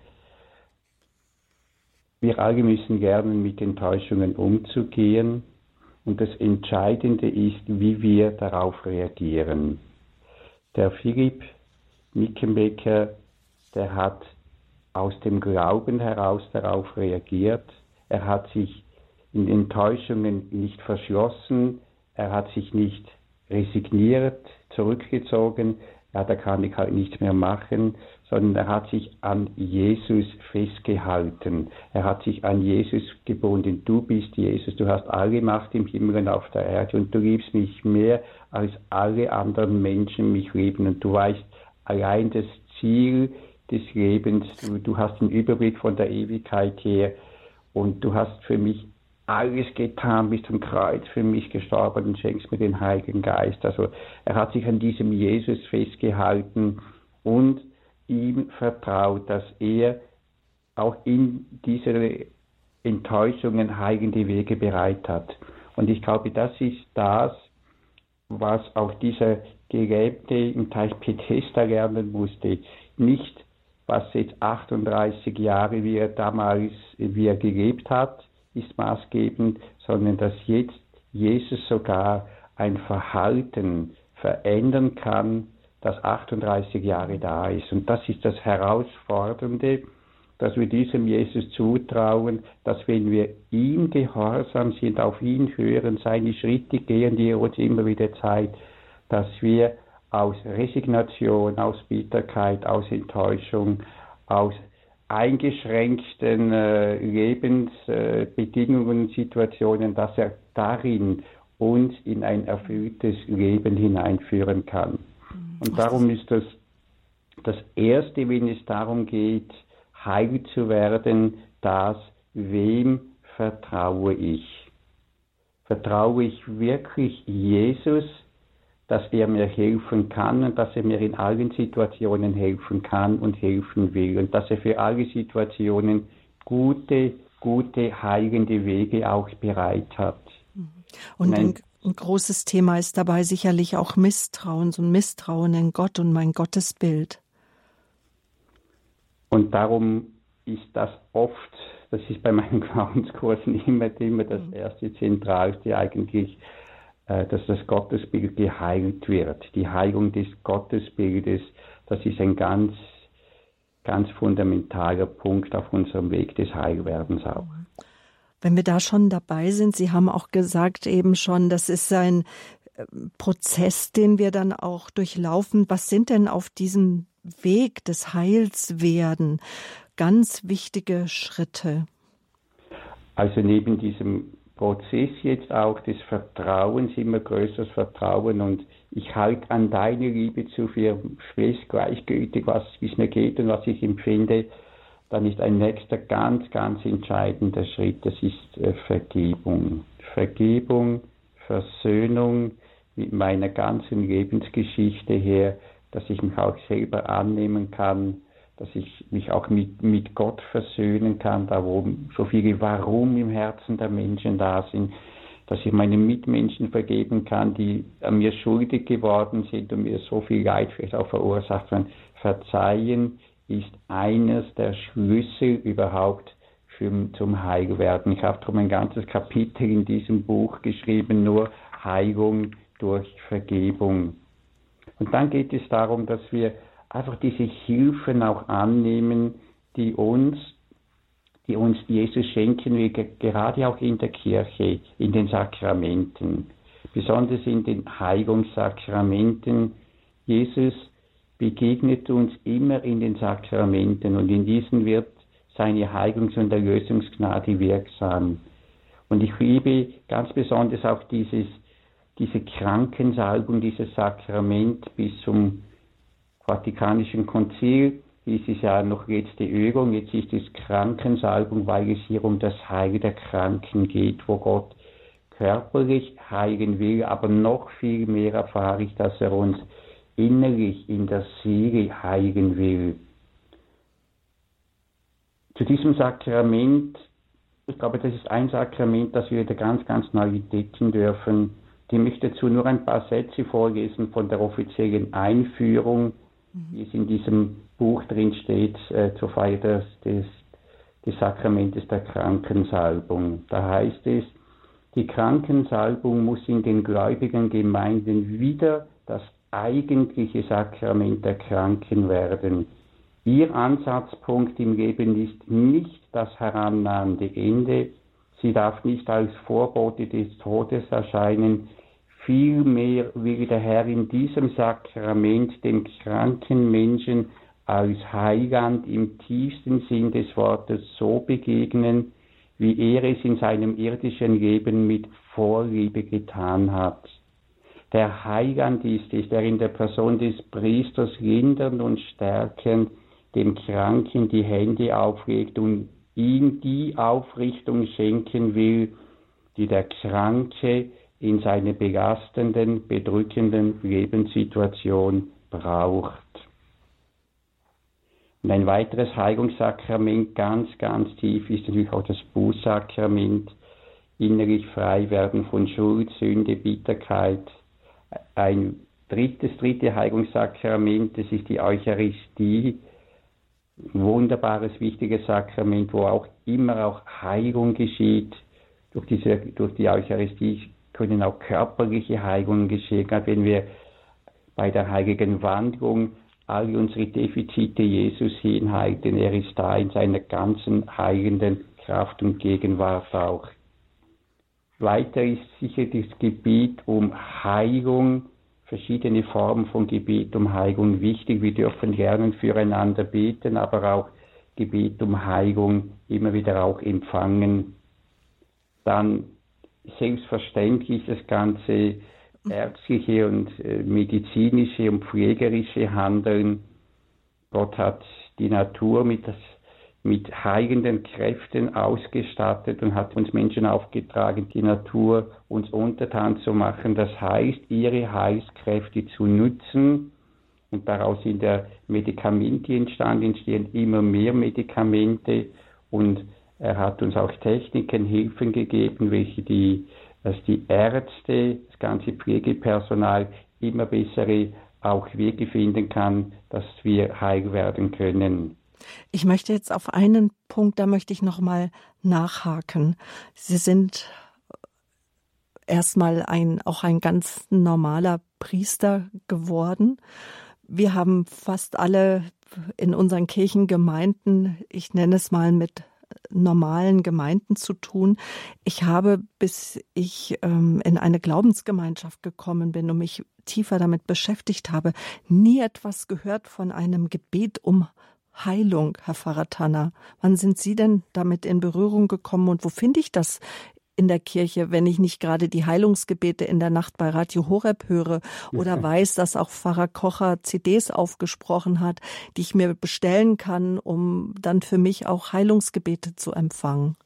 Wir alle müssen lernen, mit Enttäuschungen umzugehen. Und das Entscheidende ist, wie wir darauf reagieren. Der Philipp Mickenbecker, der hat aus dem Glauben heraus darauf reagiert. Er hat sich in Enttäuschungen nicht verschlossen, er hat sich nicht resigniert, zurückgezogen, ja, da kann ich halt nichts mehr machen, sondern er hat sich an Jesus festgehalten. Er hat sich an Jesus gebunden. Du bist Jesus, du hast alle Macht im Himmel und auf der Erde und du liebst mich mehr, als alle anderen Menschen mich lieben. Und du weißt allein das Ziel des Lebens, du, du hast den Überblick von der Ewigkeit her und du hast für mich alles getan, bis zum Kreuz für mich gestorben und schenkst mir den Heiligen Geist. Also er hat sich an diesem Jesus festgehalten und ihm vertraut, dass er auch in dieser Enttäuschungen heilende Wege bereit hat. Und ich glaube, das ist das, was auch dieser Gelähmte im Teich Bethesda lernen musste. Nicht, was jetzt achtunddreißig Jahre, wie er damals, wie er gelebt hat, ist maßgebend, sondern dass jetzt Jesus sogar ein Verhalten verändern kann, das achtunddreißig Jahre da ist. Und das ist das Herausfordernde, dass wir diesem Jesus zutrauen, dass wenn wir ihm gehorsam sind, auf ihn hören, seine Schritte gehen, die er uns immer wieder zeigt, dass wir aus Resignation, aus Bitterkeit, aus Enttäuschung, aus eingeschränkten äh, Lebensbedingungen, äh, Situationen, dass er darin uns in ein erfülltes Leben hineinführen kann. Und darum ist das das Erste, wenn es darum geht, heil zu werden, das, wem vertraue ich? Vertraue ich wirklich Jesus, dass er mir helfen kann und dass er mir in allen Situationen helfen kann und helfen will und dass er für alle Situationen gute, gute, heilende Wege auch bereit hat. Und ein, ein großes Thema ist dabei sicherlich auch Misstrauen, so ein Misstrauen in Gott und mein Gottesbild. Und darum ist das oft, das ist bei meinen Glaubenskursen immer, immer das erste Zentralste eigentlich, dass das Gottesbild geheilt wird. Die Heilung des Gottesbildes, das ist ein ganz, ganz fundamentaler Punkt auf unserem Weg des Heilwerdens auch. Wenn wir da schon dabei sind, Sie haben auch gesagt eben schon, das ist ein Prozess, den wir dann auch durchlaufen. Was sind denn auf diesem Weg des Heilswerden ganz wichtige Schritte? Also neben diesem Prozess jetzt auch des Vertrauens, immer größeres Vertrauen und ich halte an deine Liebe zu für fest gleichgültig, was es mir geht und was ich empfinde, dann ist ein nächster ganz, ganz entscheidender Schritt, das ist äh, Vergebung. Vergebung, Versöhnung mit meiner ganzen Lebensgeschichte her, dass ich mich auch selber annehmen kann, dass ich mich auch mit, mit Gott versöhnen kann, da wo so viele Warum im Herzen der Menschen da sind, dass ich meinen Mitmenschen vergeben kann, die an mir schuldig geworden sind und mir so viel Leid vielleicht auch verursacht haben. Verzeihen ist eines der Schlüssel überhaupt für, zum Heilwerden. Ich habe darum ein ganzes Kapitel in diesem Buch geschrieben, nur Heilung durch Vergebung. Und dann geht es darum, dass wir einfach diese Hilfen auch annehmen, die uns, die uns Jesus schenken will, gerade auch in der Kirche, in den Sakramenten, besonders in den Heilungssakramenten. Jesus begegnet uns immer in den Sakramenten und in diesen wird seine Heilungs- und Erlösungsgnade wirksam. Und ich liebe ganz besonders auch dieses, diese Krankensalbung, dieses Sakrament bis zum Vatikanischen Konzil, hieß es ja noch letzte Ölung, jetzt ist es Krankensalbung, weil es hier um das Heil der Kranken geht, wo Gott körperlich heilen will, aber noch viel mehr erfahre ich, dass er uns innerlich in der Seele heilen will. Zu diesem Sakrament, ich glaube, das ist ein Sakrament, das wir wieder ganz, ganz neu entdecken dürfen. Ich möchte dazu nur ein paar Sätze vorlesen von der offiziellen Einführung, wie es in diesem Buch drin steht, äh, zur Feier des, des, des Sakramentes der Krankensalbung. Da heißt es, die Krankensalbung muss in den gläubigen Gemeinden wieder das eigentliche Sakrament der Kranken werden. Ihr Ansatzpunkt im Leben ist nicht das herannahende Ende. Sie darf nicht als Vorbote des Todes erscheinen. Vielmehr will der Herr in diesem Sakrament dem kranken Menschen als Heiland im tiefsten Sinn des Wortes so begegnen, wie er es in seinem irdischen Leben mit Vorliebe getan hat. Der Heiland ist es, der in der Person des Priesters lindernd und stärkend dem Kranken die Hände auflegt und ihm die Aufrichtung schenken will, die der Kranke in seiner belastenden, bedrückenden Lebenssituation braucht. Und ein weiteres Heilungssakrament, ganz, ganz tief, ist natürlich auch das Bußsakrament, innerlich frei werden von Schuld, Sünde, Bitterkeit. Ein drittes, dritte Heilungssakrament, das ist die Eucharistie, ein wunderbares, wichtiges Sakrament, wo auch immer auch Heilung geschieht. Durch, diese, durch die Eucharistie können auch körperliche Heilungen geschehen, gerade wenn wir bei der heiligen Wandlung all unsere Defizite Jesus hinhalten. Er ist da in seiner ganzen heilenden Kraft und Gegenwart auch. Weiter ist sicher das Gebet um Heilung, verschiedene Formen von Gebet um Heilung wichtig. Wir dürfen lernen füreinander beten, aber auch Gebet um Heilung immer wieder auch empfangen. Dann selbstverständlich das ganze ärztliche und äh, medizinische und pflegerische Handeln. Gott hat die Natur mit, das, mit heilenden Kräften ausgestattet und hat uns Menschen aufgetragen, die Natur uns untertan zu machen. Das heißt, ihre Heilskräfte zu nutzen. Und daraus sind ja Medikamente entstanden, entstehen immer mehr Medikamente. Und er hat uns auch Techniken, Hilfen gegeben, welche die dass die Ärzte, das ganze Pflegepersonal immer bessere auch Wege finden kann, dass wir heil werden können. Ich möchte jetzt auf einen Punkt, da möchte ich noch mal nachhaken. Sie sind erstmal ein, auch ein ganz normaler Priester geworden. Wir haben fast alle in unseren Kirchengemeinden, ich nenne es mal mit normalen Gemeinden zu tun. Ich habe, bis ich ähm, in eine Glaubensgemeinschaft gekommen bin und mich tiefer damit beschäftigt habe, nie etwas gehört von einem Gebet um Heilung, Herr Pfarrer Tanner. Wann sind Sie denn damit in Berührung gekommen und wo finde ich das in der Kirche, wenn ich nicht gerade die Heilungsgebete in der Nacht bei Radio Horeb höre oder weiß, dass auch Pfarrer Kocher C Ds aufgesprochen hat, die ich mir bestellen kann, um dann für mich auch Heilungsgebete zu empfangen?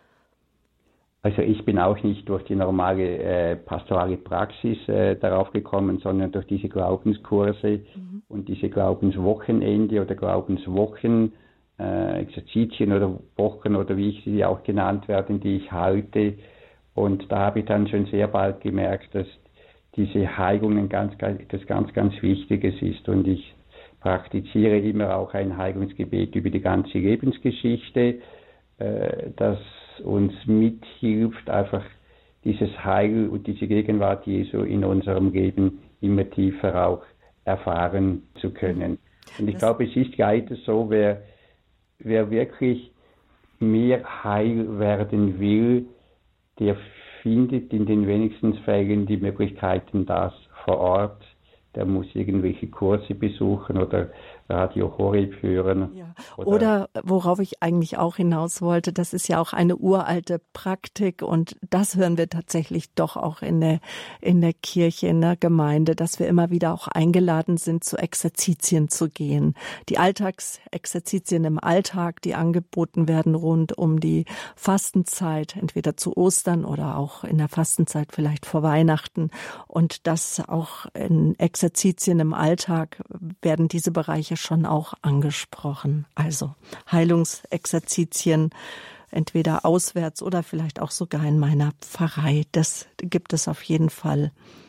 Also ich bin auch nicht durch die normale äh, pastorale Praxis äh, darauf gekommen, sondern durch diese Glaubenskurse mhm. und diese Glaubenswochenende oder Glaubenswochen, Äh, Exerzitien oder Wochen oder wie ich sie auch genannt werden, die ich halte. Und da habe ich dann schon sehr bald gemerkt, dass diese Heilung ganz, etwas ganz, ganz Wichtiges ist. Und ich praktiziere immer auch ein Heilungsgebet über die ganze Lebensgeschichte, äh, das uns mithilft, einfach dieses Heil und diese Gegenwart Jesu in unserem Leben immer tiefer auch erfahren zu können. Und ich das glaube, es ist leider so, wer Wer wirklich mehr heil werden will, der findet in den wenigsten Fällen die Möglichkeiten, das vor Ort. Der muss irgendwelche Kurse besuchen oder Radio Horeb hören. Ja. Oder, oder worauf ich eigentlich auch hinaus wollte, das ist ja auch eine uralte Praktik und das hören wir tatsächlich doch auch in der, in der Kirche, in der Gemeinde, dass wir immer wieder auch eingeladen sind, zu Exerzitien zu gehen. Die Alltagsexerzitien im Alltag, die angeboten werden rund um die Fastenzeit, entweder zu Ostern oder auch in der Fastenzeit vielleicht vor Weihnachten. Und das auch in Exerzitien im Alltag werden diese Bereiche schon auch angesprochen. Also Heilungsexerzitien, entweder auswärts oder vielleicht auch sogar in meiner Pfarrei. Das gibt es auf jeden Fall.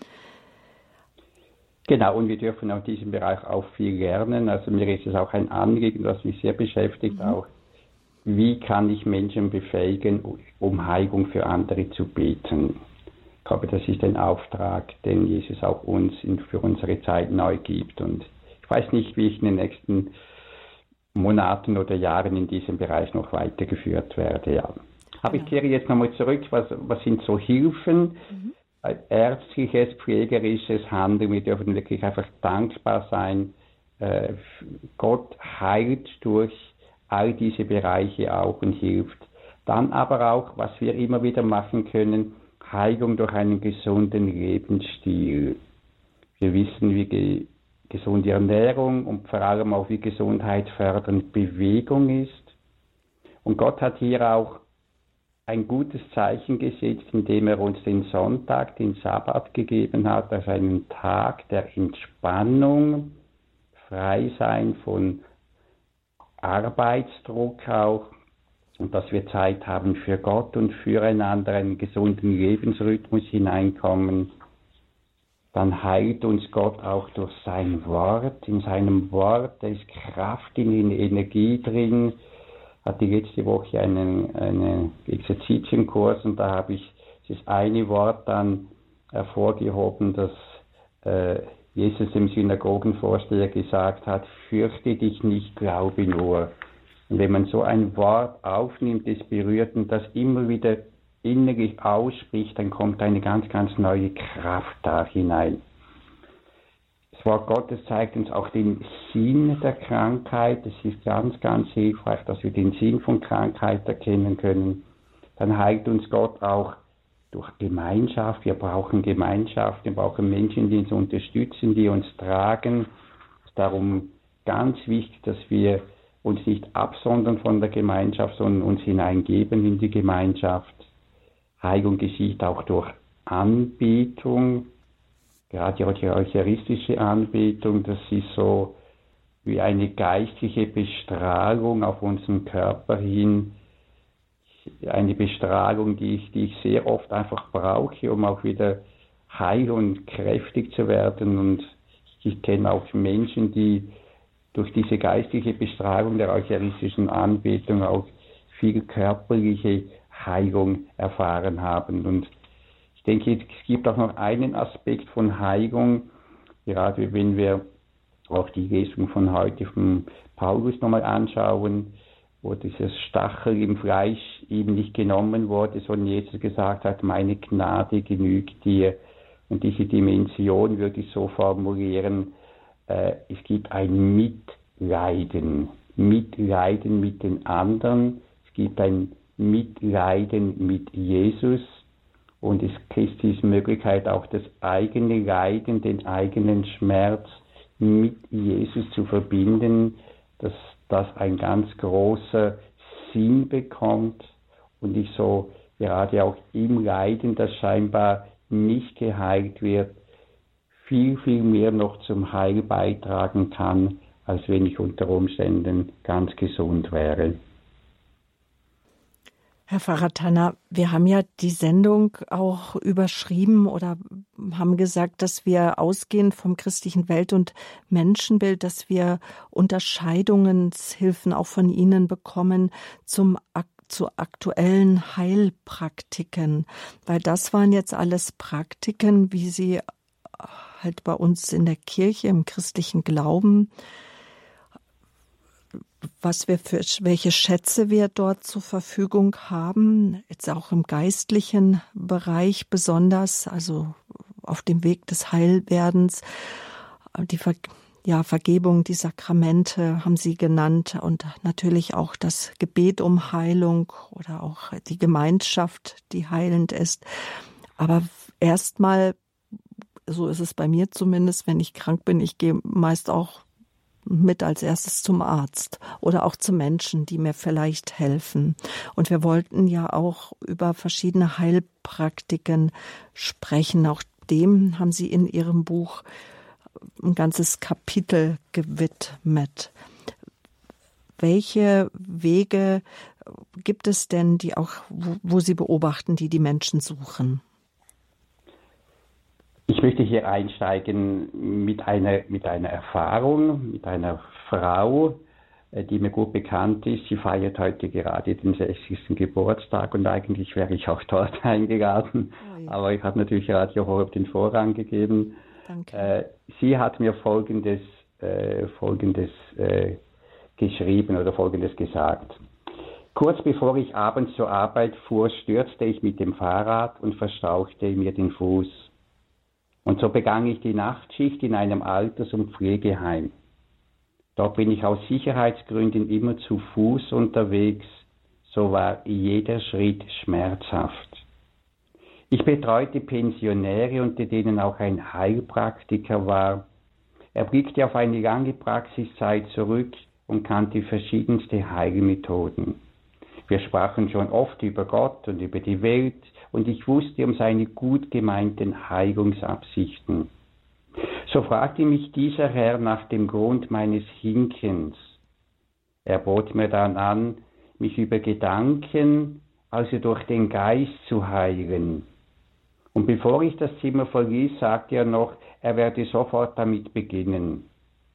Genau, und wir dürfen auch in diesem Bereich auch viel lernen. Also mir ist es auch ein Anliegen, das mich sehr beschäftigt, mhm. auch wie kann ich Menschen befähigen, um Heilung für andere zu beten. Ich glaube, das ist ein Auftrag, den Jesus auch uns in, für unsere Zeit neu gibt. Und ich weiß nicht, wie ich in den nächsten Monaten oder Jahren in diesem Bereich noch weitergeführt werde. Ja. Aber ich kehre jetzt nochmal zurück, was, was sind so Hilfen? Mhm. Ärztliches, pflegerisches Handeln, wir dürfen wirklich einfach dankbar sein. Äh, Gott heilt durch all diese Bereiche auch und hilft. Dann aber auch, was wir immer wieder machen können, Heilung durch einen gesunden Lebensstil. Wir wissen, wie ge- gesunde Ernährung und vor allem auch wie Gesundheit fördernd Bewegung ist. Und Gott hat hier auch ein gutes Zeichen gesetzt, indem er uns den Sonntag, den Sabbat gegeben hat, als einen Tag der Entspannung, Freisein von Arbeitsdruck auch, und dass wir Zeit haben für Gott und füreinander, einen gesunden Lebensrhythmus hineinkommen. Dann heilt uns Gott auch durch sein Wort. In seinem Wort, da ist Kraft, in der Energie drin. Ich hatte letzte Woche einen, einen Exerzitienkurs und da habe ich das eine Wort dann hervorgehoben, dass äh, Jesus dem Synagogenvorsteher gesagt hat: Fürchte dich nicht, glaube nur. Und wenn man so ein Wort aufnimmt, es berührt und das immer wieder innerlich ausspricht, dann kommt eine ganz, ganz neue Kraft da hinein. Das Wort Gottes zeigt uns auch den Sinn der Krankheit. Es ist ganz, ganz hilfreich, dass wir den Sinn von Krankheit erkennen können. Dann heilt uns Gott auch durch Gemeinschaft. Wir brauchen Gemeinschaft, wir brauchen Menschen, die uns unterstützen, die uns tragen. Es ist darum ganz wichtig, dass wir uns nicht absondern von der Gemeinschaft, sondern uns hineingeben in die Gemeinschaft. Heilung geschieht auch durch Anbetung, gerade auch die eucharistische Anbetung, das ist so wie eine geistliche Bestrahlung auf unseren Körper hin, eine Bestrahlung, die ich, die ich sehr oft einfach brauche, um auch wieder heil und kräftig zu werden. Und ich kenne auch Menschen, die durch diese geistliche Bestrahlung der eucharistischen Anbetung auch viel körperliche Heilung erfahren haben. Und ich denke, es gibt auch noch einen Aspekt von Heilung, gerade wenn wir auch die Lesung von heute von Paulus nochmal anschauen, wo dieses Stachel im Fleisch eben nicht genommen wurde, sondern Jesus gesagt hat, meine Gnade genügt dir. Und diese Dimension würde ich so formulieren, äh, es gibt ein Mitleiden, Mitleiden mit den anderen, es gibt ein Mitleiden mit Jesus und es ist diese Möglichkeit auch das eigene Leiden, den eigenen Schmerz mit Jesus zu verbinden, dass das ein ganz großer Sinn bekommt und ich so gerade auch im Leiden, das scheinbar nicht geheilt wird, viel, viel mehr noch zum Heil beitragen kann, als wenn ich unter Umständen ganz gesund wäre. Herr Pfarrer Tanner, wir haben ja die Sendung auch überschrieben oder haben gesagt, dass wir ausgehend vom christlichen Welt- und Menschenbild, dass wir Unterscheidungshilfen auch von Ihnen bekommen zum zu aktuellen Heilpraktiken, weil das waren jetzt alles Praktiken, wie sie halt bei uns in der Kirche, im christlichen Glauben, was wir für, welche Schätze wir dort zur Verfügung haben, jetzt auch im geistlichen Bereich besonders, also auf dem Weg des Heilwerdens, die, ja, Vergebung, die Sakramente haben Sie genannt und natürlich auch das Gebet um Heilung oder auch die Gemeinschaft, die heilend ist. Aber erstmal, so ist es bei mir zumindest, wenn ich krank bin, ich gehe meist auch mit als erstes zum Arzt oder auch zu Menschen, die mir vielleicht helfen. Und wir wollten ja auch über verschiedene Heilpraktiken sprechen. Auch dem haben Sie in Ihrem Buch ein ganzes Kapitel gewidmet. Welche Wege gibt es denn, die auch, wo, wo Sie beobachten, die die Menschen suchen? Ich möchte hier einsteigen mit einer, mit einer Erfahrung, mit einer Frau, die mir gut bekannt ist. Sie feiert heute gerade den sechzigsten Geburtstag und eigentlich wäre ich auch dort eingeladen. Oh ja. Aber ich habe natürlich Radio Horeb den Vorrang gegeben. Danke. Äh, sie hat mir Folgendes, äh, Folgendes äh, geschrieben oder Folgendes gesagt. Kurz bevor ich abends zur Arbeit fuhr, stürzte ich mit dem Fahrrad und verstauchte mir den Fuß. Und so begann ich die Nachtschicht in einem Alters- und Pflegeheim. Dort bin ich aus Sicherheitsgründen immer zu Fuß unterwegs, so war jeder Schritt schmerzhaft. Ich betreute Pensionäre, unter denen auch ein Heilpraktiker war. Er blickte auf eine lange Praxiszeit zurück und kannte verschiedenste Heilmethoden. Wir sprachen schon oft über Gott und über die Welt und ich wusste um seine gut gemeinten Heilungsabsichten. So fragte mich dieser Herr nach dem Grund meines Hinkens. Er bot mir dann an, mich über Gedanken, also durch den Geist zu heilen. Und bevor ich das Zimmer verließ, sagte er noch, er werde sofort damit beginnen.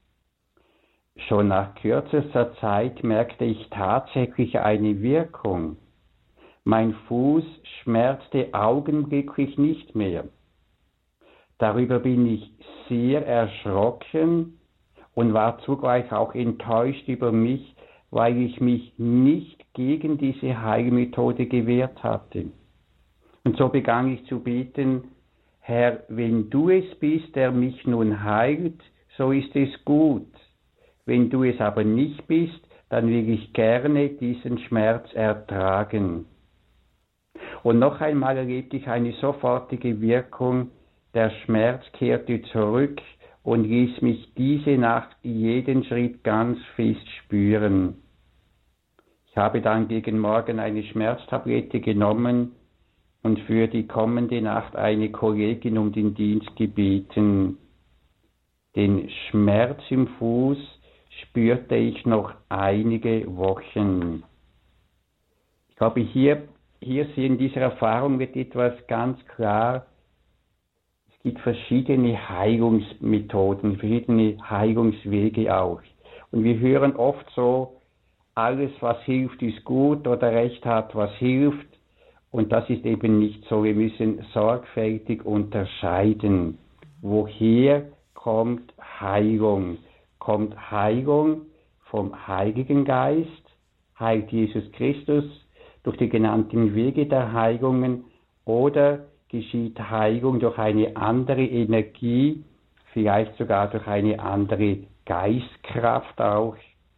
Schon nach kürzester Zeit merkte ich tatsächlich eine Wirkung. Mein Fuß schmerzte augenblicklich nicht mehr. Darüber bin ich sehr erschrocken und war zugleich auch enttäuscht über mich, weil ich mich nicht gegen diese Heilmethode gewehrt hatte. Und so begann ich zu beten, Herr, wenn du es bist, der mich nun heilt, so ist es gut. Wenn du es aber nicht bist, dann will ich gerne diesen Schmerz ertragen. Und noch einmal erlebte ich eine sofortige Wirkung, der Schmerz kehrte zurück und ließ mich diese Nacht jeden Schritt ganz fest spüren. Ich habe dann gegen Morgen eine Schmerztablette genommen und für die kommende Nacht eine Kollegin um den Dienst gebeten. Den Schmerz im Fuß spürte ich noch einige Wochen. Ich glaube, hier, hier in dieser Erfahrung wird etwas ganz klar. Es gibt verschiedene Heilungsmethoden, verschiedene Heilungswege auch. Und wir hören oft so, alles was hilft ist gut oder Recht hat, was hilft. Und das ist eben nicht so. Wir müssen sorgfältig unterscheiden, woher kommt Heilung. Kommt Heilung vom Heiligen Geist, heilt Jesus Christus durch die genannten Wege der Heilungen oder geschieht Heilung durch eine andere Energie, vielleicht sogar durch eine andere Geistkraft auch.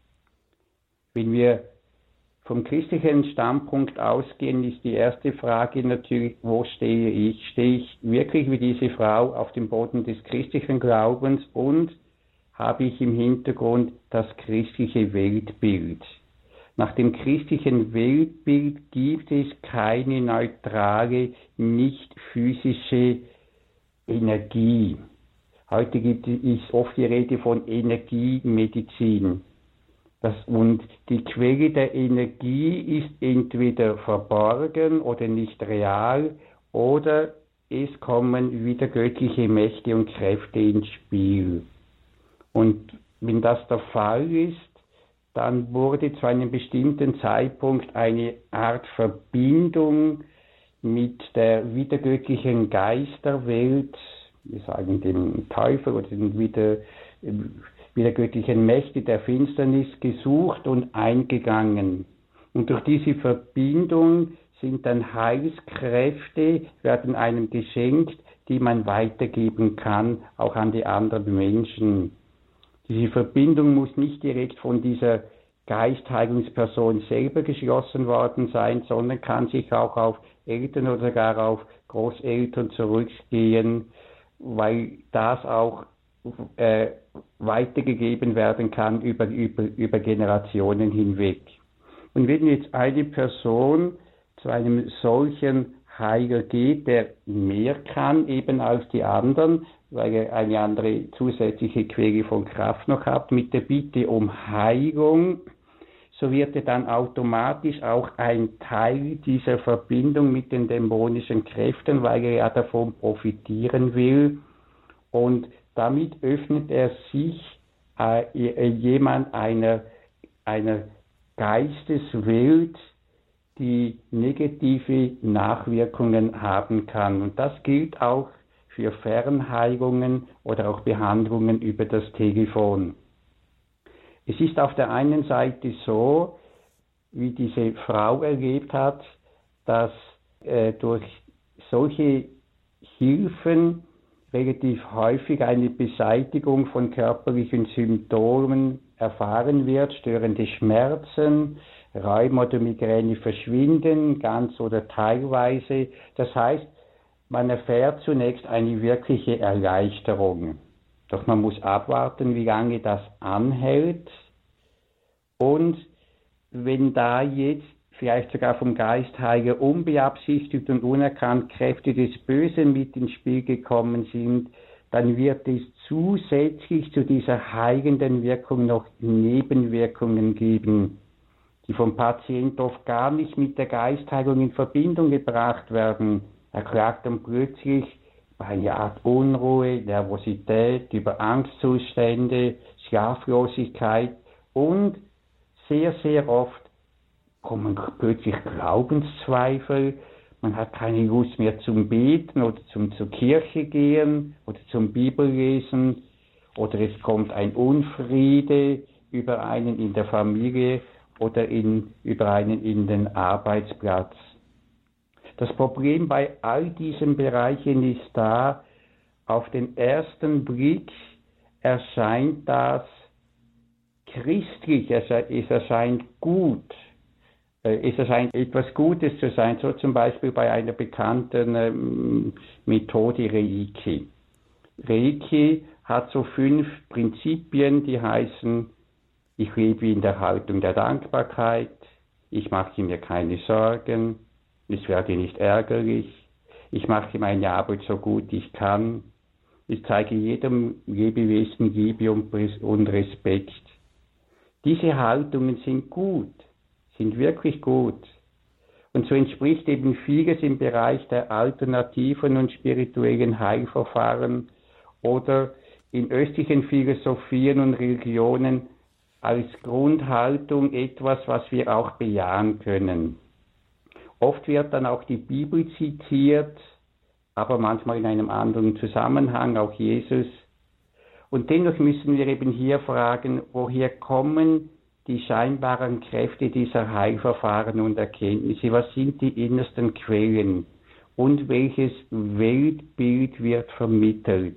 Wenn wir vom christlichen Standpunkt ausgehen, ist die erste Frage natürlich, wo stehe ich? Stehe ich wirklich wie diese Frau auf dem Boden des christlichen Glaubens und habe ich im Hintergrund das christliche Weltbild? Nach dem christlichen Weltbild gibt es keine neutrale, nicht physische Energie. Heute gibt es oft die Rede von Energiemedizin. Das, und die Quelle der Energie ist entweder verborgen oder nicht real oder es kommen wieder göttliche Mächte und Kräfte ins Spiel. Und wenn das der Fall ist, dann wurde zu einem bestimmten Zeitpunkt eine Art Verbindung mit der wiedergöttlichen Geisterwelt, wir sagen dem Teufel oder den wieder, wiedergöttlichen Mächte der Finsternis gesucht und eingegangen. Und durch diese Verbindung sind dann Heilskräfte, werden einem geschenkt, die man weitergeben kann, auch an die anderen Menschen. Diese Verbindung muss nicht direkt von dieser Geistheilungsperson selber geschlossen worden sein, sondern kann sich auch auf Eltern oder sogar auf Großeltern zurückgehen, weil das auch äh, weitergegeben werden kann über, über, über Generationen hinweg. Und wenn jetzt eine Person zu einem solchen Heiler geht, der mehr kann eben als die anderen, weil er eine andere zusätzliche Quelle von Kraft noch hat, mit der Bitte um Heilung, so wird er dann automatisch auch ein Teil dieser Verbindung mit den dämonischen Kräften, weil er ja davon profitieren will. Und damit öffnet er sich äh, jemand einer, einer Geisteswelt, die negative Nachwirkungen haben kann. Und das gilt auch für Fernheilungen oder auch Behandlungen über das Telefon. Es ist auf der einen Seite so, wie diese Frau erlebt hat, dass äh, durch solche Hilfen relativ häufig eine Beseitigung von körperlichen Symptomen erfahren wird, störende Schmerzen, Rheuma oder Migräne verschwinden, ganz oder teilweise. Das heißt, man erfährt zunächst eine wirkliche Erleichterung. Doch man muss abwarten, wie lange das anhält. Und wenn da jetzt vielleicht sogar vom Geistheiler unbeabsichtigt und unerkannt Kräfte des Bösen mit ins Spiel gekommen sind, dann wird es zusätzlich zu dieser heilenden Wirkung noch Nebenwirkungen geben, die vom Patient oft gar nicht mit der Geistheilung in Verbindung gebracht werden. Er klagt dann plötzlich über eine Art Unruhe, Nervosität, über Angstzustände, Schlaflosigkeit und sehr, sehr oft kommen plötzlich Glaubenszweifel. Man hat keine Lust mehr zum Beten oder zum zur Kirche gehen oder zum Bibellesen. Oder es kommt ein Unfriede über einen in der Familie oder in, über einen in den Arbeitsplatz. Das Problem bei all diesen Bereichen ist da, auf den ersten Blick erscheint das christlich, es erscheint gut. Es erscheint etwas Gutes zu sein, so zum Beispiel bei einer bekannten ähm, Methode Reiki. Reiki hat so fünf Prinzipien, die heißen: Ich lebe in der Haltung der Dankbarkeit, ich mache mir keine Sorgen, ich werde nicht ärgerlich, ich mache meine Arbeit so gut ich kann, ich zeige jedem Lebewesen Liebe und Respekt. Diese Haltungen sind gut, sind wirklich gut. Und so entspricht eben vieles im Bereich der alternativen und spirituellen Heilverfahren oder in östlichen Philosophien und Religionen als Grundhaltung etwas, was wir auch bejahen können. Oft wird dann auch die Bibel zitiert, aber manchmal in einem anderen Zusammenhang, auch Jesus. Und dennoch müssen wir eben hier fragen, woher kommen die scheinbaren Kräfte dieser Heilverfahren und Erkenntnisse? Was sind die innersten Quellen? Und welches Weltbild wird vermittelt?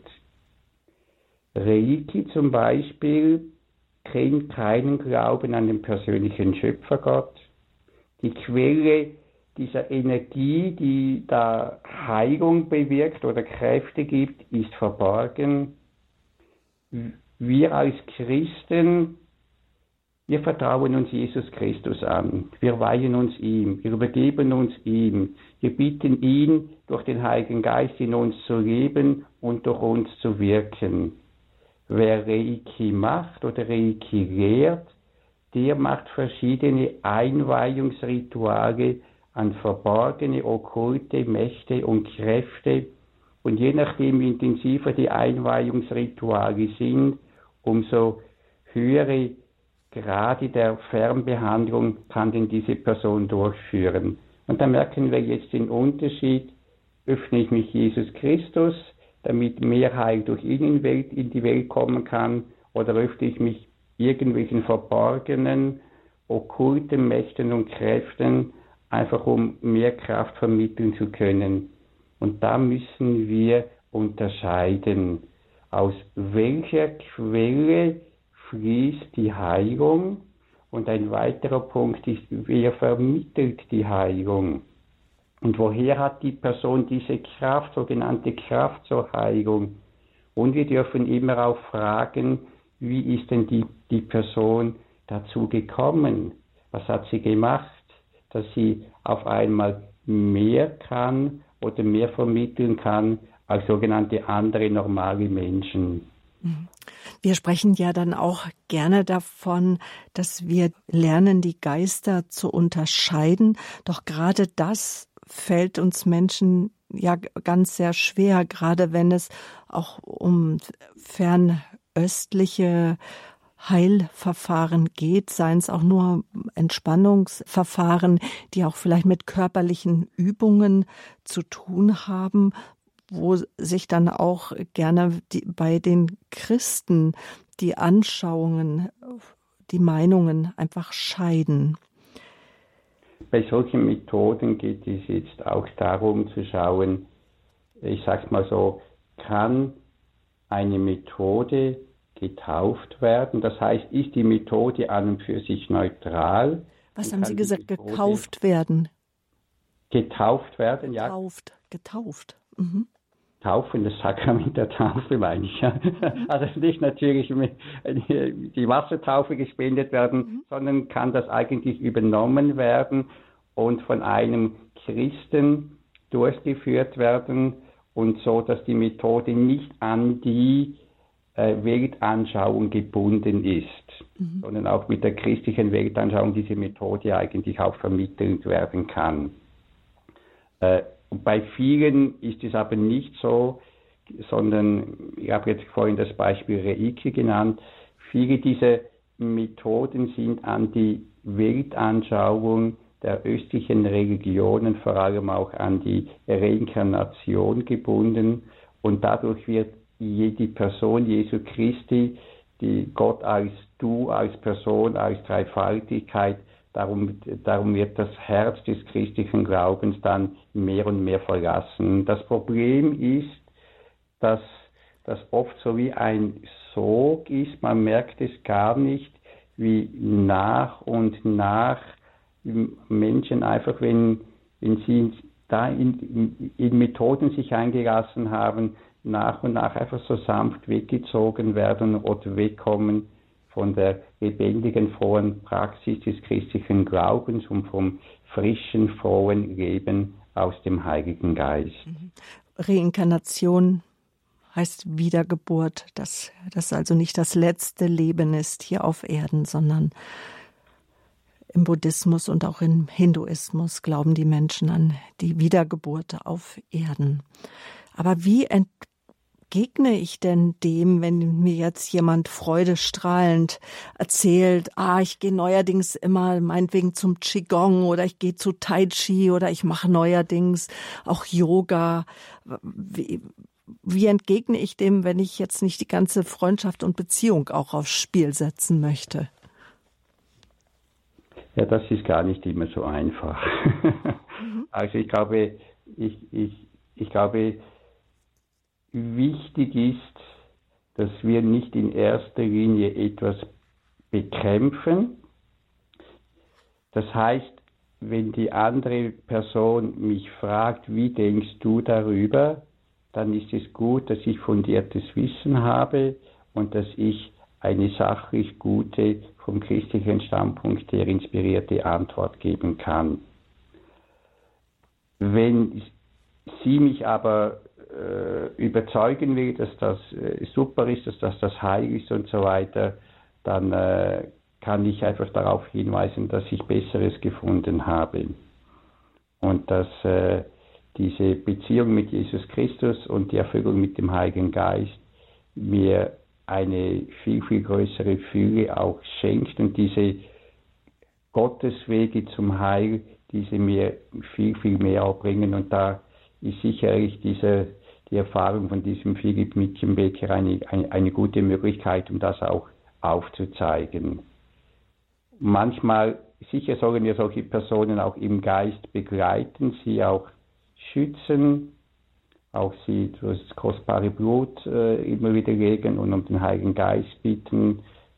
Reiki zum Beispiel kennt keinen Glauben an den persönlichen Schöpfergott. Die Quelle dieser Energie, die da Heilung bewirkt oder Kräfte gibt, ist verborgen. Wir als Christen, wir vertrauen uns Jesus Christus an. Wir weihen uns ihm. Wir übergeben uns ihm. Wir bitten ihn, durch den Heiligen Geist in uns zu leben und durch uns zu wirken. Wer Reiki macht oder Reiki lehrt, der macht verschiedene Einweihungsrituale an verborgene, okkulte Mächte und Kräfte. Und je nachdem, wie intensiver die Einweihungsrituale sind, umso höhere Grade der Fernbehandlung kann denn diese Person durchführen. Und da merken wir jetzt den Unterschied: Öffne ich mich Jesus Christus, damit mehr Heil durch ihn in die Welt kommen kann, oder öffne ich mich irgendwelchen verborgenen, okkulten Mächten und Kräften, einfach um mehr Kraft vermitteln zu können. Und da müssen wir unterscheiden, aus welcher Quelle fließt die Heilung und ein weiterer Punkt ist, wer vermittelt die Heilung. Und woher hat die Person diese Kraft, sogenannte Kraft zur Heilung? Und wir dürfen immer auch fragen, wie ist denn die, die Person dazu gekommen? Was hat sie gemacht, dass sie auf einmal mehr kann oder mehr vermitteln kann als sogenannte andere normale Menschen? Wir sprechen ja dann auch gerne davon, dass wir lernen, die Geister zu unterscheiden. Doch gerade das fällt uns Menschen ja ganz sehr schwer, gerade wenn es auch um fernöstliche Heilverfahren geht, seien es auch nur Entspannungsverfahren, die auch vielleicht mit körperlichen Übungen zu tun haben, wo sich dann auch gerne die, bei den Christen die Anschauungen, die Meinungen einfach scheiden. Bei solchen Methoden geht es jetzt auch darum zu schauen, ich sag's mal so, kann eine Methode getauft werden? Das heißt, ist die Methode an und für sich neutral? Was haben Sie gesagt? Gekauft werden? Getauft werden, ja. Getauft, getauft. Mhm. Taufen, das Sakrament der Taufe meine ich. Ja. Also nicht natürlich die Wassertaufe gespendet werden, mhm. sondern kann das eigentlich übernommen werden und von einem Christen durchgeführt werden und so, dass die Methode nicht an die äh, Weltanschauung gebunden ist, mhm. sondern auch mit der christlichen Weltanschauung diese Methode eigentlich auch vermittelt werden kann. Äh, Bei vielen ist es aber nicht so, sondern ich habe jetzt vorhin das Beispiel Reiki genannt. Viele dieser Methoden sind an die Weltanschauung der östlichen Religionen, vor allem auch an die Reinkarnation gebunden. Und dadurch wird die Person Jesu Christi, die Gott als Du, als Person, als Dreifaltigkeit, Darum, darum wird das Herz des christlichen Glaubens dann mehr und mehr verlassen. Das Problem ist, dass das oft so wie ein Sog ist. Man merkt es gar nicht, wie nach und nach Menschen einfach, wenn, wenn sie da in, in, in Methoden sich eingelassen haben, nach und nach einfach so sanft weggezogen werden oder wegkommen von der lebendigen, frohen Praxis des christlichen Glaubens und vom frischen, frohen Leben aus dem Heiligen Geist. Reinkarnation heißt Wiedergeburt, dass das also nicht das letzte Leben ist hier auf Erden, sondern im Buddhismus und auch im Hinduismus glauben die Menschen an die Wiedergeburt auf Erden. Aber wie ent Begegne ich denn dem, wenn mir jetzt jemand freudestrahlend erzählt, ah, ich gehe neuerdings immer meinetwegen zum Qigong oder ich gehe zu Tai Chi oder ich mache neuerdings auch Yoga. Wie, wie entgegne ich dem, wenn ich jetzt nicht die ganze Freundschaft und Beziehung auch aufs Spiel setzen möchte? Ja, das ist gar nicht immer so einfach. Mhm. Also ich glaube, ich, ich, ich glaube, wichtig ist, dass wir nicht in erster Linie etwas bekämpfen. Das heißt, wenn die andere Person mich fragt, wie denkst du darüber, dann ist es gut, dass ich fundiertes Wissen habe und dass ich eine sachlich gute, vom christlichen Standpunkt her inspirierte Antwort geben kann. Wenn sie mich aber überzeugen will, dass das äh, super ist, dass das das Heil ist und so weiter, dann äh, kann ich einfach darauf hinweisen, dass ich Besseres gefunden habe. Und dass äh, diese Beziehung mit Jesus Christus und die Erfüllung mit dem Heiligen Geist mir eine viel, viel größere Fülle auch schenkt und diese Gotteswege zum Heil, diese mir viel, viel mehr auch bringen. Und da ist sicherlich diese, die Erfahrung von diesem Philipp Mitchenbecker eine, eine, eine gute Möglichkeit, um das auch aufzuzeigen. Manchmal, sicher sollen wir solche Personen auch im Geist begleiten, sie auch schützen, auch sie durch das kostbare Blut äh, immer wieder legen und um den Heiligen Geist bitten,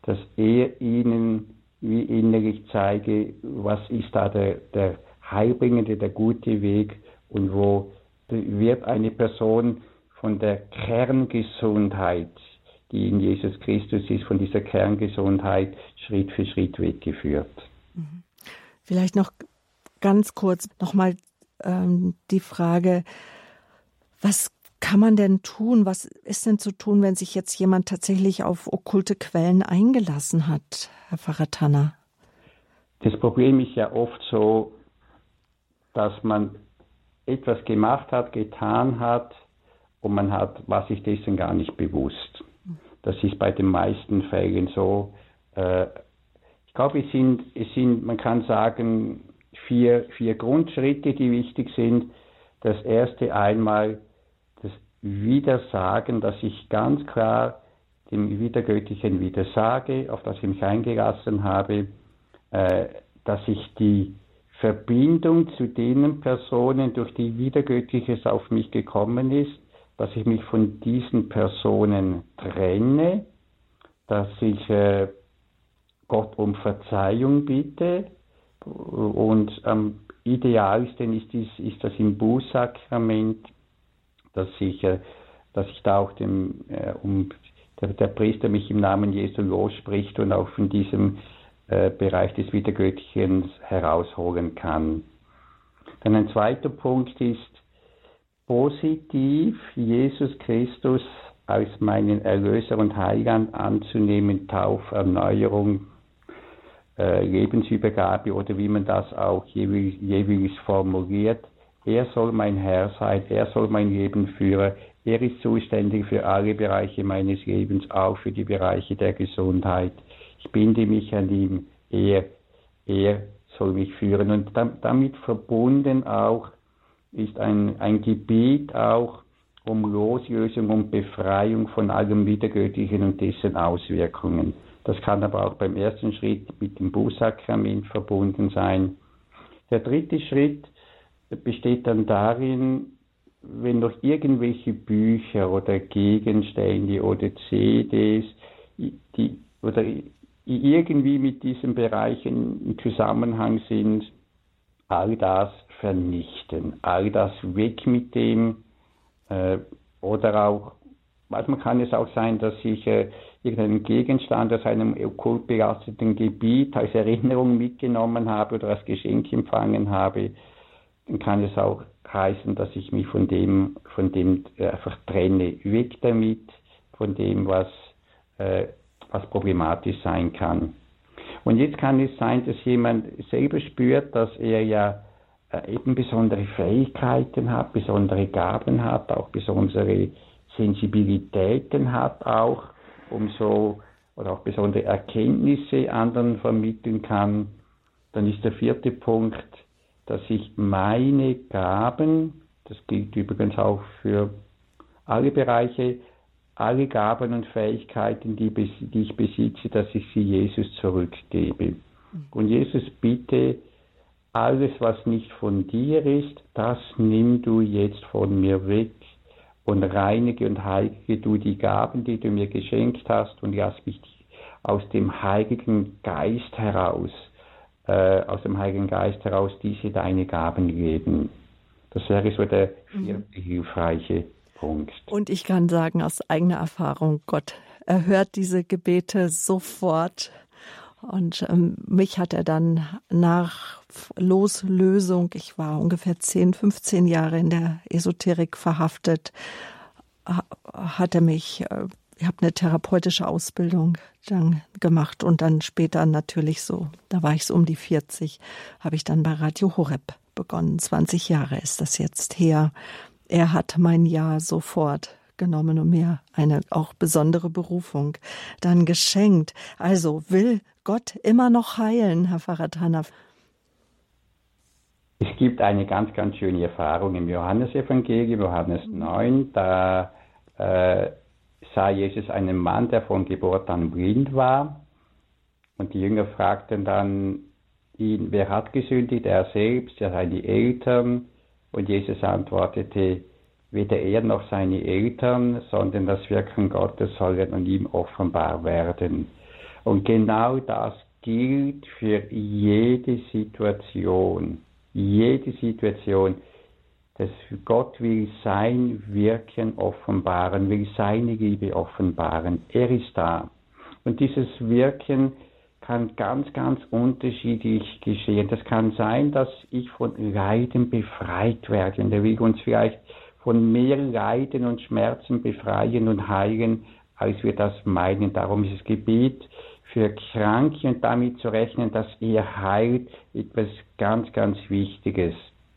dass er ihnen wie innerlich zeige, was ist da der, der heilbringende, der gute Weg und wo wird eine Person von der Kerngesundheit, die in Jesus Christus ist, von dieser Kerngesundheit Schritt für Schritt weggeführt. Vielleicht noch ganz kurz nochmal ähm, die Frage, was kann man denn tun? Was ist denn zu tun, wenn sich jetzt jemand tatsächlich auf okkulte Quellen eingelassen hat, Herr Pfarrer Tanner? Das Problem ist ja oft so, dass man etwas gemacht hat, getan hat und man hat, war sich dessen gar nicht bewusst. Das ist bei den meisten Fällen so. Äh, ich glaube, es sind, es sind, man kann sagen, vier, vier Grundschritte, die wichtig sind. Das erste einmal das Widersagen, dass ich ganz klar dem Widergöttlichen widersage, auf das ich mich eingelassen habe, äh, dass ich die Verbindung zu den Personen, durch die Widergöttliches auf mich gekommen ist, dass ich mich von diesen Personen trenne, dass ich äh, Gott um Verzeihung bitte und am idealsten ist, dies, ist das im Bußsakrament, dass ich, äh, dass ich da auch dem, äh, um, der, der Priester mich im Namen Jesu losspricht und auch von diesem äh, Bereich des Widergöttlichen herausholen kann. Dann ein zweiter Punkt ist, positiv Jesus Christus als meinen Erlöser und Heiland anzunehmen, Taufe, Erneuerung, äh, Lebensübergabe oder wie man das auch jeweils, jeweils formuliert. Er soll mein Herr sein, er soll mein Leben führen, er ist zuständig für alle Bereiche meines Lebens, auch für die Bereiche der Gesundheit. Ich binde mich an ihm, er, er soll mich führen. Und damit verbunden auch ist ein, ein Gebet auch um Loslösung und Befreiung von allem Widergöttlichen und dessen Auswirkungen. Das kann aber auch beim ersten Schritt mit dem Bußsakrament verbunden sein. Der dritte Schritt besteht dann darin, wenn noch irgendwelche Bücher oder Gegenstände oder C Ds, die oder irgendwie mit diesen Bereichen im Zusammenhang sind, all das vernichten, all das weg mit dem, äh, oder auch, manchmal kann es auch sein, dass ich äh, irgendeinen Gegenstand aus einem okkult belasteten Gebiet als Erinnerung mitgenommen habe oder als Geschenk empfangen habe, dann kann es auch heißen, dass ich mich von dem, von dem äh, einfach trenne, weg damit, von dem, was, äh, was problematisch sein kann. Und jetzt kann es sein, dass jemand selber spürt, dass er ja äh, eben besondere Fähigkeiten hat, besondere Gaben hat, auch besondere Sensibilitäten hat, auch um so, oder auch besondere Erkenntnisse anderen vermitteln kann. Dann ist der vierte Punkt, dass ich meine Gaben, das gilt übrigens auch für alle Bereiche, alle Gaben und Fähigkeiten, die, die ich besitze, dass ich sie Jesus zurückgebe. Und Jesus, bitte, alles, was nicht von dir ist, das nimm du jetzt von mir weg und reinige und heilige du die Gaben, die du mir geschenkt hast, und lass mich aus dem Heiligen Geist heraus, äh, aus dem Heiligen Geist heraus diese deine Gaben geben. Das wäre so der vierte mhm. hilfreiche Punkt. Und ich kann sagen, aus eigener Erfahrung, Gott erhört diese Gebete sofort. Und ähm, mich hat er dann nach Loslösung, ich war ungefähr zehn, fünfzehn Jahre in der Esoterik verhaftet, hat er mich, äh, ich habe eine therapeutische Ausbildung dann gemacht und dann später natürlich so, da war ich so um die vierzig, habe ich dann bei Radio Horeb begonnen. zwanzig Jahre ist das jetzt her. Er hat mein Ja sofort genommen und mir eine auch besondere Berufung dann geschenkt. Also will Gott immer noch heilen, Herr Pfarrer Tanner? Es gibt eine ganz, ganz schöne Erfahrung im Johannesevangelium, Johannes neun, da äh, sah Jesus einen Mann, der von Geburt an blind war, und die Jünger fragten dann ihn, wer hat gesündigt, er selbst, ja seine Eltern? Und Jesus antwortete, weder er noch seine Eltern, sondern das Wirken Gottes sollen an ihm offenbar werden. Und genau das gilt für jede Situation. Jede Situation. Dass Gott will sein Wirken offenbaren, will seine Liebe offenbaren. Er ist da. Und dieses Wirken kann ganz, ganz unterschiedlich geschehen. Das kann sein, dass ich von Leiden befreit werde. Und er will uns vielleicht von mehr Leiden und Schmerzen befreien und heilen, als wir das meinen. Darum ist das Gebet für Kranke und damit zu rechnen, dass er heilt, etwas ganz, ganz Wichtiges.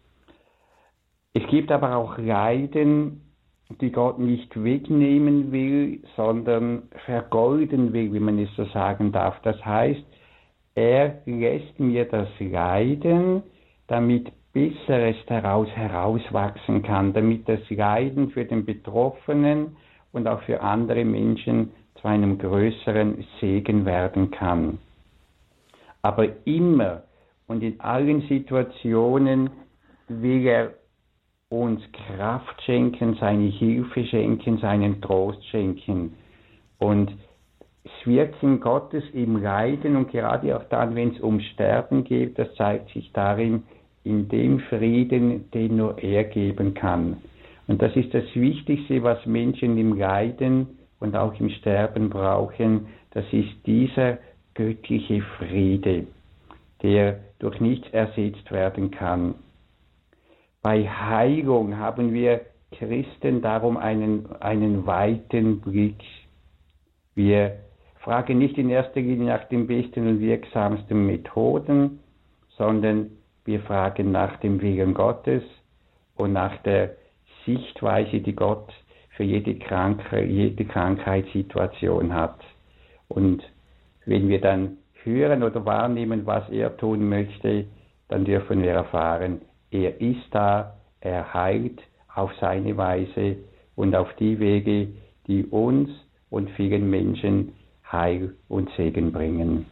Es gibt aber auch Leiden, die Gott nicht wegnehmen will, sondern vergolden will, wie man es so sagen darf. Das heißt, er lässt mir das Leiden, damit Besseres daraus herauswachsen kann, damit das Leiden für den Betroffenen und auch für andere Menschen zu einem größeren Segen werden kann. Aber immer und in allen Situationen will er uns Kraft schenken, seine Hilfe schenken, seinen Trost schenken. Und das Wirken Gottes im Leiden und gerade auch dann, wenn es um Sterben geht, das zeigt sich darin, in dem Frieden, den nur er geben kann. Und das ist das Wichtigste, was Menschen im Leiden und auch im Sterben brauchen. Das ist dieser göttliche Friede, der durch nichts ersetzt werden kann. Bei Heilung haben wir Christen darum einen, einen weiten Blick. Wir fragen nicht in erster Linie nach den besten und wirksamsten Methoden, sondern wir fragen nach dem Willen Gottes und nach der Sichtweise, die Gott für jede, Kranke, jede Krankheitssituation hat. Und wenn wir dann hören oder wahrnehmen, was er tun möchte, dann dürfen wir erfahren, er ist da, er heilt auf seine Weise und auf die Wege, die uns und vielen Menschen Heil und Segen bringen.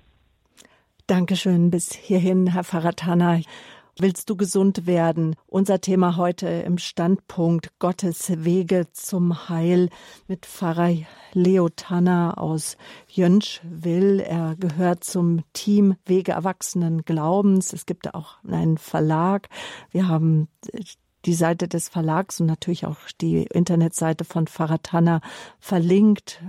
Dankeschön bis hierhin, Herr Pfarrer Tanner. Willst du gesund werden? Unser Thema heute im Standpunkt Gottes Wege zum Heil mit Pfarrer Leo Tanner aus Jönschwil. Er gehört zum Team Wege Erwachsenen Glaubens. Es gibt auch einen Verlag. Wir haben die Seite des Verlags und natürlich auch die Internetseite von Pfarrer Tanner verlinkt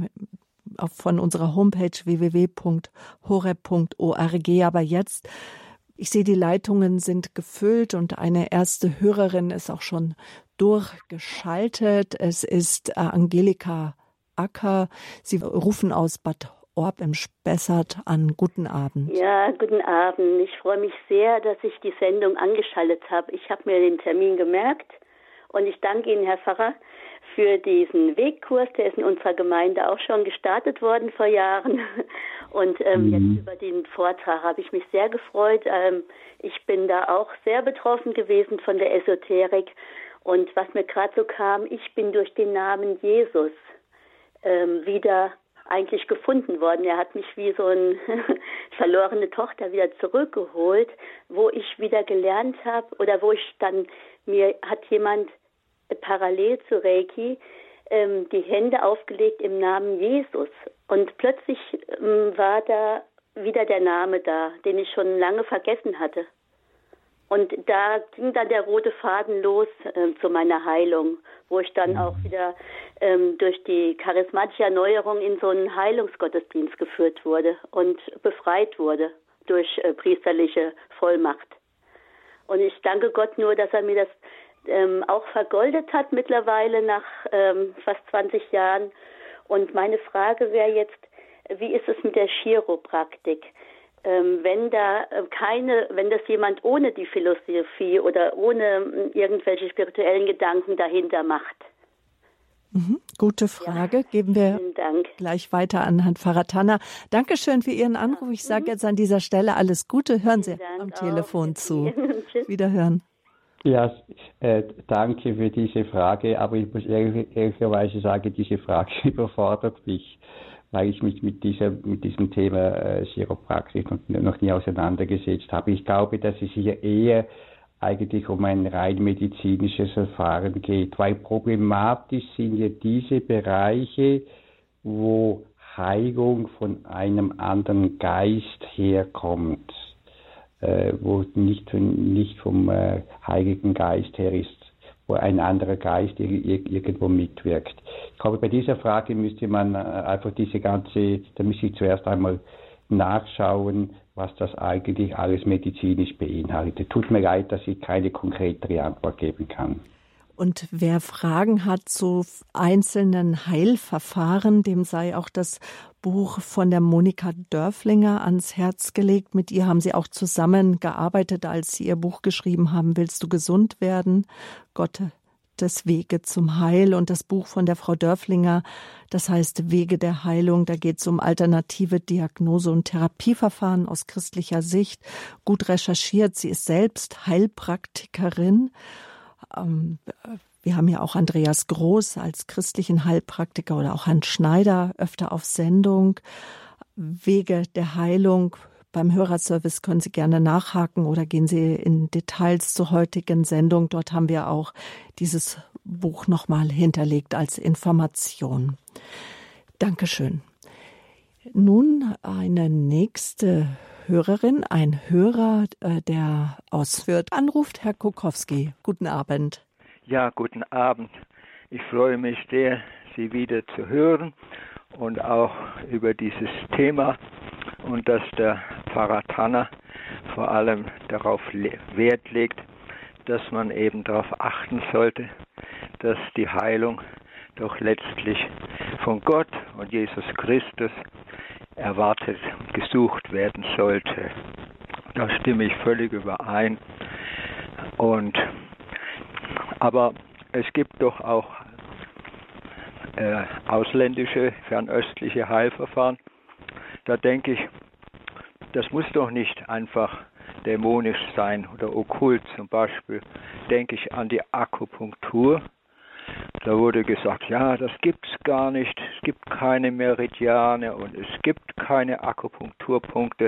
von unserer Homepage w w w punkt horeb punkt org. Aber jetzt, ich sehe, die Leitungen sind gefüllt und eine erste Hörerin ist auch schon durchgeschaltet. Es ist Angelika Acker. Sie rufen aus Bad Orb im Spessart an. Guten Abend. Ja, guten Abend. Ich freue mich sehr, dass ich die Sendung angeschaltet habe. Ich habe mir den Termin gemerkt und ich danke Ihnen, Herr Pfarrer, für diesen Wegkurs. Der ist in unserer Gemeinde auch schon gestartet worden vor Jahren. Und ähm, mhm. jetzt über den Vortrag habe ich mich sehr gefreut. Ähm, ich bin da auch sehr betroffen gewesen von der Esoterik. Und was mir gerade so kam, ich bin durch den Namen Jesus ähm, wieder eigentlich gefunden worden. Er hat mich wie so eine verlorene Tochter wieder zurückgeholt, wo ich wieder gelernt habe oder wo ich dann, mir hat jemand parallel zu Reiki ähm, die Hände aufgelegt im Namen Jesus. Und plötzlich ähm, war da wieder der Name da, den ich schon lange vergessen hatte. Und da ging dann der rote Faden los äh, zu meiner Heilung, wo ich dann auch wieder ähm, durch die charismatische Erneuerung in so einen Heilungsgottesdienst geführt wurde und befreit wurde durch äh, priesterliche Vollmacht. Und ich danke Gott nur, dass er mir das ähm, auch vergoldet hat mittlerweile nach ähm, fast zwanzig Jahren. Und meine Frage wäre jetzt, wie ist es mit der Chiropraktik? Ähm, wenn da keine, wenn das jemand ohne die Philosophie oder ohne irgendwelche spirituellen Gedanken dahinter macht. Mhm, gute Frage. Ja, geben wir gleich weiter an Herrn Pfarrer Tanner. Dankeschön für Ihren Anruf. Ich sage jetzt an dieser Stelle alles Gute. Hören Sie am Telefon auch zu. Wiederhören. Ja, äh, danke für diese Frage, aber ich muss ehrlich, ehrlicherweise sagen, diese Frage überfordert mich, weil ich mich mit dieser, mit diesem Thema äh, Chiropraktik noch nie auseinandergesetzt habe. Ich glaube, dass es hier eher eigentlich um ein rein medizinisches Verfahren geht, weil problematisch sind ja diese Bereiche, wo Heilung von einem anderen Geist herkommt, äh, wo nicht, nicht vom äh, Heiligen Geist her ist, wo ein anderer Geist irgendwo mitwirkt. Ich glaube, bei dieser Frage müsste man einfach diese ganze, da müsste ich zuerst einmal nachschauen, was das eigentlich alles medizinisch beinhaltet. Tut mir leid, dass ich keine konkretere Antwort geben kann. Und wer Fragen hat zu einzelnen Heilverfahren, dem sei auch das Buch von der Monika Dörflinger ans Herz gelegt. Mit ihr haben Sie auch zusammengearbeitet, als Sie Ihr Buch geschrieben haben, Willst du gesund werden? Gottes Wege zum Heil. Und das Buch von der Frau Dörflinger, das heißt Wege der Heilung. Da geht es um alternative Diagnose- und Therapieverfahren aus christlicher Sicht. Gut recherchiert. Sie ist selbst Heilpraktikerin. Wir haben ja auch Andreas Groß als christlichen Heilpraktiker oder auch Herrn Schneider öfter auf Sendung. Wege der Heilung. Beim Hörerservice können Sie gerne nachhaken oder gehen Sie in Details zur heutigen Sendung. Dort haben wir auch dieses Buch nochmal hinterlegt als Information. Dankeschön. Nun eine nächste Hörerin, ein Hörer, der aus Fürth anruft, Herr Kukowski. Guten Abend. Ja, guten Abend. Ich freue mich sehr, Sie wieder zu hören und auch über dieses Thema und dass der Pfarrer Tanner vor allem darauf Wert legt, dass man eben darauf achten sollte, dass die Heilung doch letztlich von Gott und Jesus Christus erwartet, gesucht werden sollte. Da stimme ich völlig überein. Und, aber es gibt doch auch äh, ausländische, fernöstliche Heilverfahren. Da denke ich, das muss doch nicht einfach dämonisch sein oder okkult. Zum Beispiel denke ich an die Akupunktur. Da wurde gesagt, ja, das gibt's gar nicht, es gibt keine Meridiane und es gibt keine Akupunkturpunkte.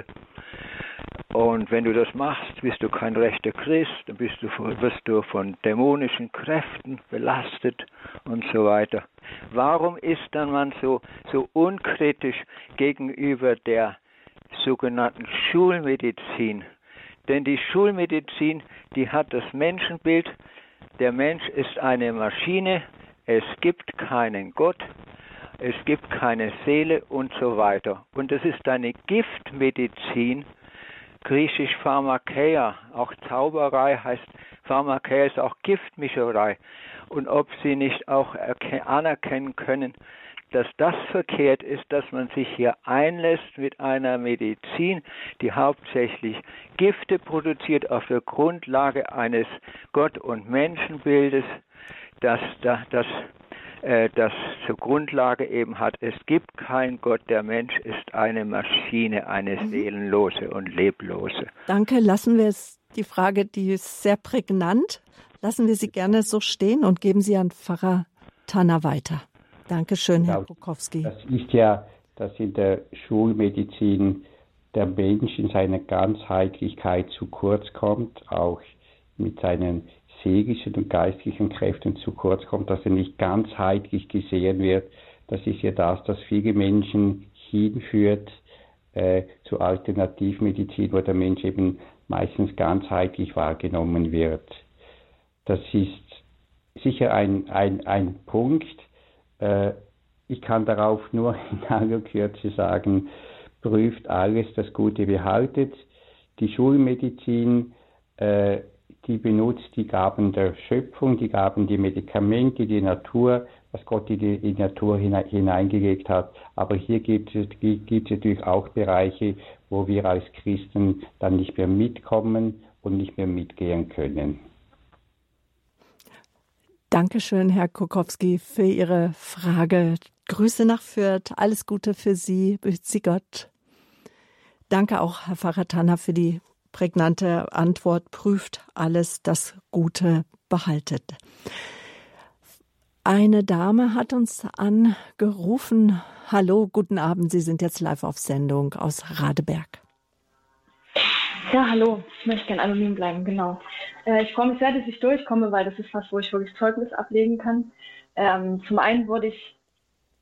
Und wenn du das machst, bist du kein rechter Christ, dann bist du, wirst du von dämonischen Kräften belastet und so weiter. Warum ist dann man so, so unkritisch gegenüber der sogenannten Schulmedizin? Denn die Schulmedizin, die hat das Menschenbild, der Mensch ist eine Maschine, es gibt keinen Gott, es gibt keine Seele und so weiter. Und das ist eine Giftmedizin, griechisch Pharmakeia, auch Zauberei heißt, Pharmakeia ist auch Giftmischerei. Und ob Sie nicht auch anerkennen können, dass das verkehrt ist, dass man sich hier einlässt mit einer Medizin, die hauptsächlich Gifte produziert auf der Grundlage eines Gott- und Menschenbildes, das, das, das, äh, das zur Grundlage eben hat, es gibt keinen Gott, der Mensch ist eine Maschine, eine mhm. seelenlose und leblose. Danke, lassen wir es, die Frage, die ist sehr prägnant, lassen wir sie gerne so stehen und geben sie an Pfarrer Tanner weiter. Dankeschön, Herr Kukowski. Das ist ja, dass in der Schulmedizin der Mensch in seiner Ganzheitlichkeit zu kurz kommt, auch mit seinen seelischen und geistlichen Kräften zu kurz kommt, dass er nicht ganzheitlich gesehen wird. Das ist ja das, das viele Menschen hinführt äh, zur Alternativmedizin, wo der Mensch eben meistens ganzheitlich wahrgenommen wird. Das ist sicher ein, ein, ein Punkt. Ich kann darauf nur in aller Kürze sagen, prüft alles, das Gute behaltet. Die Schulmedizin, äh, die benutzt die Gaben der Schöpfung, die Gaben, die Medikamente, die Natur, was Gott in die, in die Natur hinein, hineingelegt hat. Aber hier gibt es, gibt es natürlich auch Bereiche, wo wir als Christen dann nicht mehr mitkommen und nicht mehr mitgehen können. Dankeschön, Herr Kukowski, für Ihre Frage. Grüße nach Fürth. Alles Gute für Sie. Behüt Sie Gott. Danke auch, Herr Pfarrer Tanner, für die prägnante Antwort. Prüft alles, das Gute behaltet. Eine Dame hat uns angerufen. Hallo, guten Abend. Sie sind jetzt live auf Sendung aus Radeberg. Ja, hallo. Ich möchte gerne anonym bleiben, genau. Äh, ich freue mich sehr, dass ich durchkomme, weil das ist was, wo ich wirklich Zeugnis ablegen kann. Ähm, zum einen wurde ich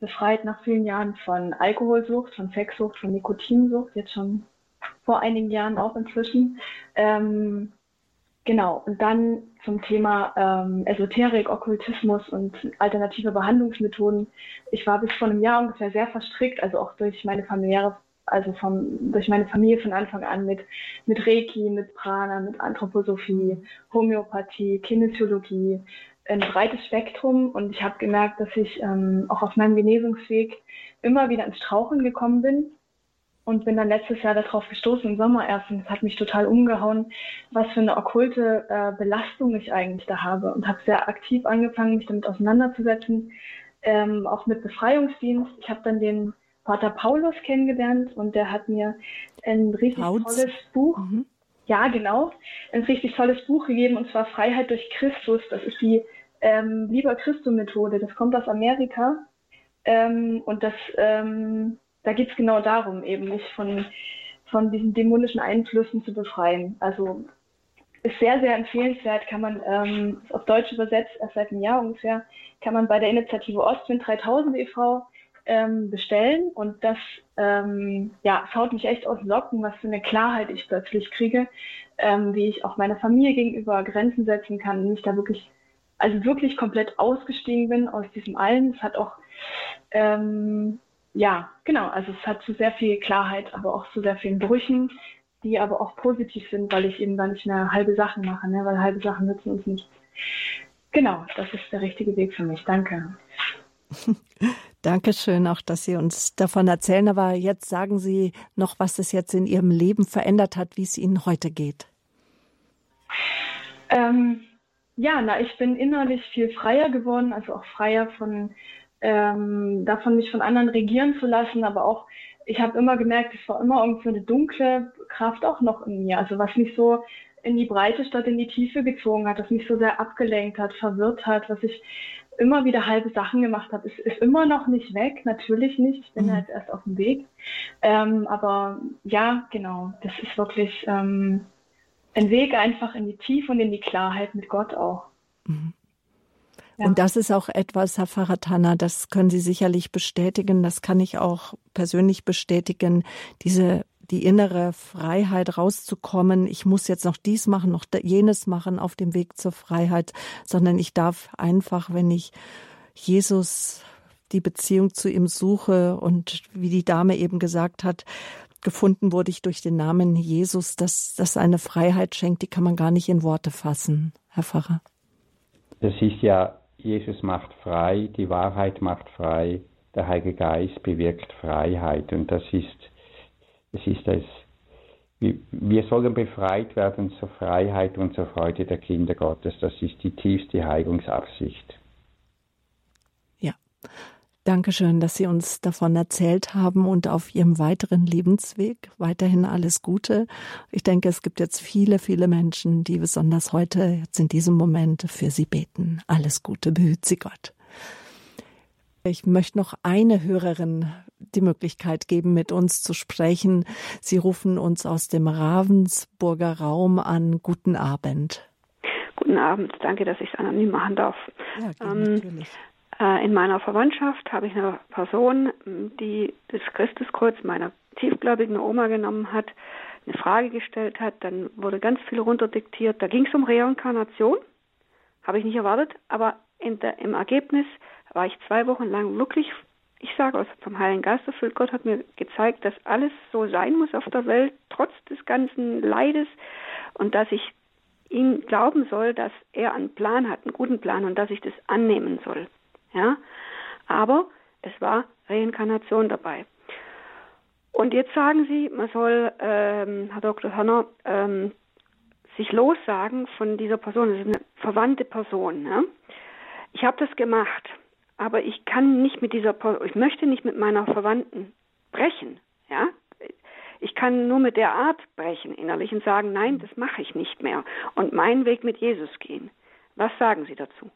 befreit nach vielen Jahren von Alkoholsucht, von Sexsucht, von Nikotinsucht, jetzt schon vor einigen Jahren auch inzwischen. Ähm, genau, und dann zum Thema ähm, Esoterik, Okkultismus und alternative Behandlungsmethoden. Ich war bis vor einem Jahr ungefähr sehr verstrickt, also auch durch meine familiäre, also vom, durch meine Familie von Anfang an mit, mit Reiki, mit Prana, mit Anthroposophie, Homöopathie, Kinesiologie, ein breites Spektrum. Und ich habe gemerkt, dass ich ähm, auch auf meinem Genesungsweg immer wieder ins Straucheln gekommen bin. Und bin dann letztes Jahr darauf gestoßen, im Sommer erst, und es hat mich total umgehauen, was für eine okkulte äh, Belastung ich eigentlich da habe. Und habe sehr aktiv angefangen, mich damit auseinanderzusetzen, ähm, auch mit Befreiungsdienst. Ich habe dann den Pater Paulus kennengelernt und der hat mir ein richtig Pauz. tolles Buch, Mhm. ja genau, ein richtig tolles Buch gegeben, und zwar Freiheit durch Christus. Das ist die ähm, Liber Christum-Methode. Das kommt aus Amerika ähm, und das... Ähm, Da geht es genau darum, eben mich von, von diesen dämonischen Einflüssen zu befreien. Also ist sehr, sehr empfehlenswert, kann man ähm, auf Deutsch übersetzt, erst seit einem Jahr ungefähr, kann man bei der Initiative Ostwind dreitausend e V ähm, bestellen. Und das ähm, ja, es haut mich echt aus den Socken, was für eine Klarheit ich plötzlich kriege, ähm, wie ich auch meiner Familie gegenüber Grenzen setzen kann und mich da wirklich, also wirklich komplett ausgestiegen bin aus diesem Allen. Es hat auch ähm, Ja, genau. Also es hat zu sehr viel Klarheit, aber auch zu sehr vielen Brüchen, die aber auch positiv sind, weil ich eben da nicht mehr halbe Sachen mache, ne? Weil halbe Sachen nützen uns nichts. Genau, das ist der richtige Weg für mich. Danke. Dankeschön, auch dass Sie uns davon erzählen. Aber jetzt sagen Sie noch, was es jetzt in Ihrem Leben verändert hat, wie es Ihnen heute geht. Ähm, ja, na, ich bin innerlich viel freier geworden, also auch freier von Ähm, davon, mich von anderen regieren zu lassen, aber auch, ich habe immer gemerkt, es war immer irgendwie eine dunkle Kraft auch noch in mir, also was mich so in die Breite statt in die Tiefe gezogen hat, was mich so sehr abgelenkt hat, verwirrt hat, was ich immer wieder halbe Sachen gemacht habe, ist, ist immer noch nicht weg, natürlich nicht, ich bin mhm. jetzt erst auf dem Weg, ähm, aber ja, genau, das ist wirklich ähm, ein Weg einfach in die Tiefe und in die Klarheit mit Gott auch. Mhm. Ja. Und das ist auch etwas, Herr Pfarrer Tanner, das können Sie sicherlich bestätigen, das kann ich auch persönlich bestätigen, diese, die innere Freiheit rauszukommen, ich muss jetzt noch dies machen, noch jenes machen auf dem Weg zur Freiheit, sondern ich darf einfach, wenn ich Jesus, die Beziehung zu ihm suche und wie die Dame eben gesagt hat, gefunden wurde ich durch den Namen Jesus, dass das eine Freiheit schenkt, die kann man gar nicht in Worte fassen, Herr Pfarrer. Das ist ja, Jesus macht frei, die Wahrheit macht frei, der Heilige Geist bewirkt Freiheit. Und das ist, das ist das, wir sollen befreit werden zur Freiheit und zur Freude der Kinder Gottes. Das ist die tiefste Heilungsabsicht. Ja, Dankeschön, dass Sie uns davon erzählt haben und auf Ihrem weiteren Lebensweg weiterhin alles Gute. Ich denke, es gibt jetzt viele, viele Menschen, die besonders heute, jetzt in diesem Moment, für Sie beten. Alles Gute, behüt Sie Gott. Ich möchte noch eine Hörerin die Möglichkeit geben, mit uns zu sprechen. Sie rufen uns aus dem Ravensburger Raum an. Guten Abend. Guten Abend, danke, dass ich es anonym machen darf. Ja, geht ähm, natürlich. In meiner Verwandtschaft habe ich eine Person, die das Christuskreuz meiner tiefgläubigen Oma genommen hat, eine Frage gestellt hat, dann wurde ganz viel runterdiktiert. Da ging es um Reinkarnation, habe ich nicht erwartet, aber in der, im Ergebnis war ich zwei Wochen lang wirklich, ich sage aus vom Heiligen Geist erfüllt. Gott hat mir gezeigt, dass alles so sein muss auf der Welt, trotz des ganzen Leides, und dass ich ihm glauben soll, dass er einen Plan hat, einen guten Plan, und dass ich das annehmen soll. Ja, aber es war Reinkarnation dabei. Und jetzt sagen Sie, man soll, ähm, Herr Doktor Hörner, ähm, sich lossagen von dieser Person. Das ist eine verwandte Person. Ja? Ich habe das gemacht, aber ich kann nicht mit dieser Person, ich möchte nicht mit meiner Verwandten brechen. Ja? Ich kann nur mit der Art brechen innerlich und sagen, nein, das mache ich nicht mehr und meinen Weg mit Jesus gehen. Was sagen Sie dazu?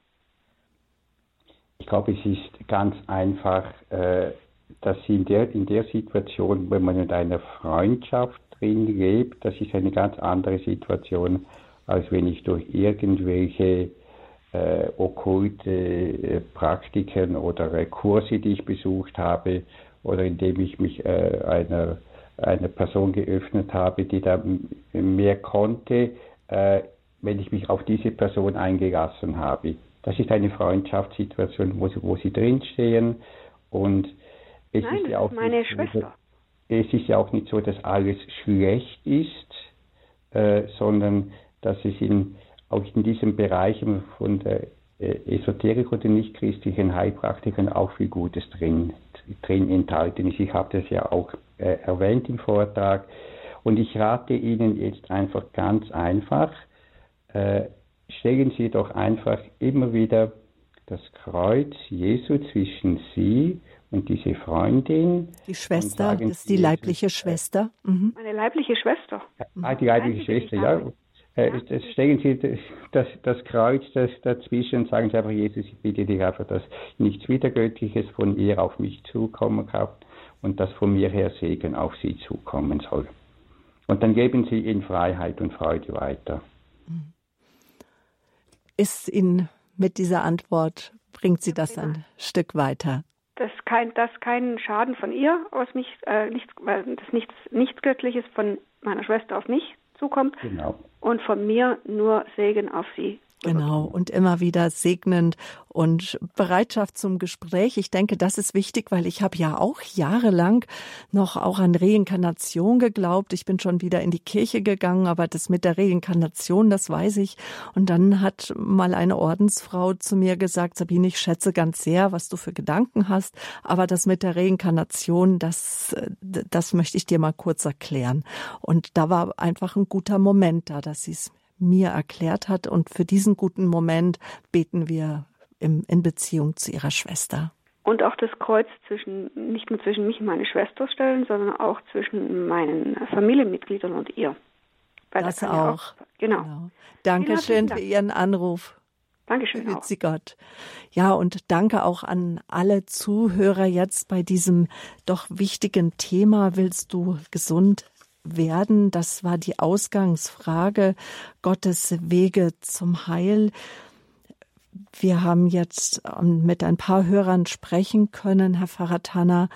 Ich glaube, es ist ganz einfach, äh, dass in der, in der Situation, wenn man in einer Freundschaft drin lebt, das ist eine ganz andere Situation, als wenn ich durch irgendwelche äh, okkulte äh, Praktiken oder äh, Kurse, die ich besucht habe, oder indem ich mich äh, einer, einer Person geöffnet habe, die da mehr konnte, äh, wenn ich mich auf diese Person eingelassen habe. Das ist eine Freundschaftssituation, wo sie, wo sie drinstehen. Und es Nein, ist das ja auch ist meine nicht, Schwester. Es ist ja auch nicht so, dass alles schlecht ist, äh, sondern dass es in, auch in diesen Bereichen von der äh, Esoterik oder nichtchristlichen Heilpraktikern auch viel Gutes drin, drin enthalten ist. Ich habe das ja auch äh, erwähnt im Vortrag. Und ich rate Ihnen jetzt einfach ganz einfach, äh, stellen Sie doch einfach immer wieder das Kreuz Jesu zwischen Sie und diese Freundin. Die Schwester, das ist die Jesus, leibliche Schwester. Mhm. Meine leibliche Schwester. Ah, die leibliche Schwester, ja. Äh, ja. Das, stellen Sie das, das, das Kreuz das dazwischen und sagen Sie einfach, Jesus, ich bitte dich einfach, dass nichts Widergöttliches von ihr auf mich zukommen kann und dass von mir her Segen auf Sie zukommen soll. Und dann geben Sie in Freiheit und Freude weiter. Ist Ihnen mit dieser Antwort, bringt Sie das ein Stück weiter? Dass kein, dass kein Schaden von ihr aus mich, äh, nichts, weil das nichts, nichts Göttliches von meiner Schwester auf mich zukommt. Genau. Und von mir nur Segen auf sie. Genau, und immer wieder segnend und Bereitschaft zum Gespräch. Ich denke, das ist wichtig, weil ich habe ja auch jahrelang noch auch an Reinkarnation geglaubt. Ich bin schon wieder in die Kirche gegangen, aber das mit der Reinkarnation, das weiß ich. Und dann hat mal eine Ordensfrau zu mir gesagt, Sabine, ich schätze ganz sehr, was du für Gedanken hast, aber das mit der Reinkarnation, das, das möchte ich dir mal kurz erklären. Und da war einfach ein guter Moment da, dass sie es mir erklärt hat. Und für diesen guten Moment beten wir im, in Beziehung zu ihrer Schwester. Und auch das Kreuz zwischen, nicht nur zwischen mich und meine Schwester stellen, sondern auch zwischen meinen Familienmitgliedern und ihr. Weil das da auch. auch. Genau. genau. Dankeschön für Ihren Anruf. Dankeschön auch. Grüezi Gott. Ja, und danke auch an alle Zuhörer jetzt bei diesem doch wichtigen Thema. Willst du gesund werden? Das war die Ausgangsfrage, Gottes Wege zum Heil. Wir haben jetzt mit ein paar Hörern sprechen können, Herr Pfarrer Tanner.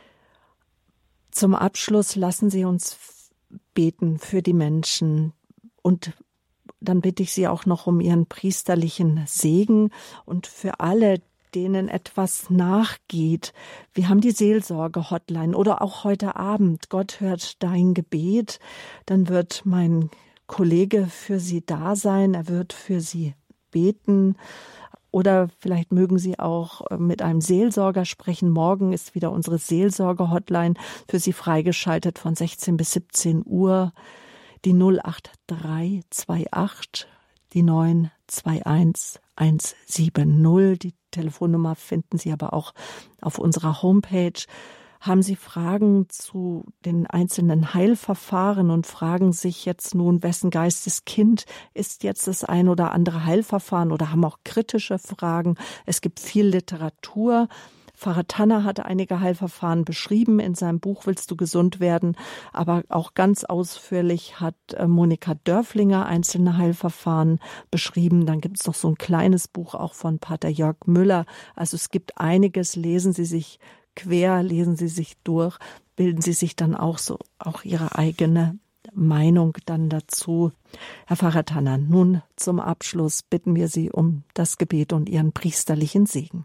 Zum Abschluss lassen Sie uns beten für die Menschen und dann bitte ich Sie auch noch um Ihren priesterlichen Segen und für alle, denen etwas nachgeht. Wir haben die Seelsorge-Hotline oder auch heute Abend. Gott hört dein Gebet. Dann wird mein Kollege für Sie da sein. Er wird für Sie beten. Oder vielleicht mögen Sie auch mit einem Seelsorger sprechen. Morgen ist wieder unsere Seelsorge-Hotline für Sie freigeschaltet von sechzehn bis siebzehn Uhr. Die null acht drei zwei acht, die neun zwei eins eins sieben null. Die Telefonnummer finden Sie aber auch auf unserer Homepage. Haben Sie Fragen zu den einzelnen Heilverfahren und fragen sich jetzt nun, wessen Geisteskind ist jetzt das ein oder andere Heilverfahren oder haben auch kritische Fragen? Es gibt viel Literatur. Pfarrer Tanner hatte einige Heilverfahren beschrieben in seinem Buch Willst du gesund werden? Aber auch ganz ausführlich hat Monika Dörflinger einzelne Heilverfahren beschrieben. Dann gibt es noch so ein kleines Buch auch von Pater Jörg Müller. Also es gibt einiges. Lesen Sie sich quer, lesen Sie sich durch, bilden Sie sich dann auch so auch Ihre eigene Meinung dann dazu. Herr Pfarrer Tanner, nun zum Abschluss bitten wir Sie um das Gebet und Ihren priesterlichen Segen.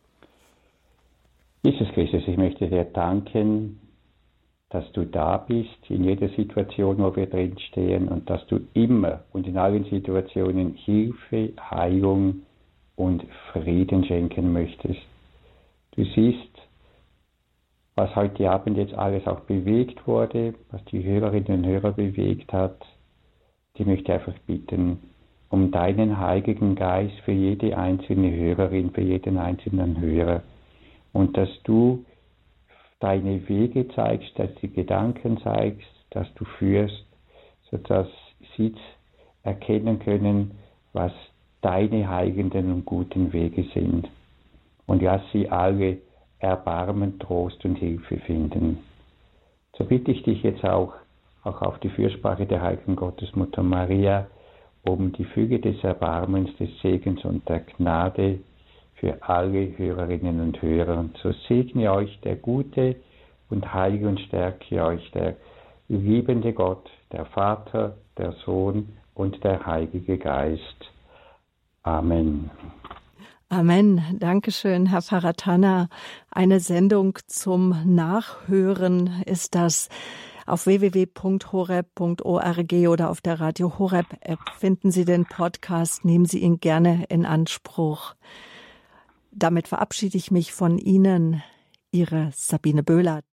Jesus Christus, ich möchte dir danken, dass du da bist, in jeder Situation, wo wir drinstehen und dass du immer und in allen Situationen Hilfe, Heilung und Frieden schenken möchtest. Du siehst, was heute Abend jetzt alles auch bewegt wurde, was die Hörerinnen und Hörer bewegt hat. Ich möchte einfach bitten um deinen Heiligen Geist für jede einzelne Hörerin, für jeden einzelnen Hörer. Und dass du deine Wege zeigst, dass du Gedanken zeigst, dass du führst, sodass sie erkennen können, was deine heilenden und guten Wege sind. Und lass sie alle Erbarmen, Trost und Hilfe finden. So bitte ich dich jetzt auch, auch auf die Fürsprache der heiligen Gottesmutter Maria, um die Fülle des Erbarmens, des Segens und der Gnade für alle Hörerinnen und Hörer. So segne euch der gute und heilige und stärke euch der liebende Gott, der Vater, der Sohn und der Heilige Geist. Amen. Amen. Dankeschön, Herr Pfarrer Tanner. Eine Sendung zum Nachhören ist das. Auf w w w punkt horeb punkt org oder auf der Radio Horeb App finden Sie den Podcast. Nehmen Sie ihn gerne in Anspruch. Damit verabschiede ich mich von Ihnen, Ihre Sabine Böhler.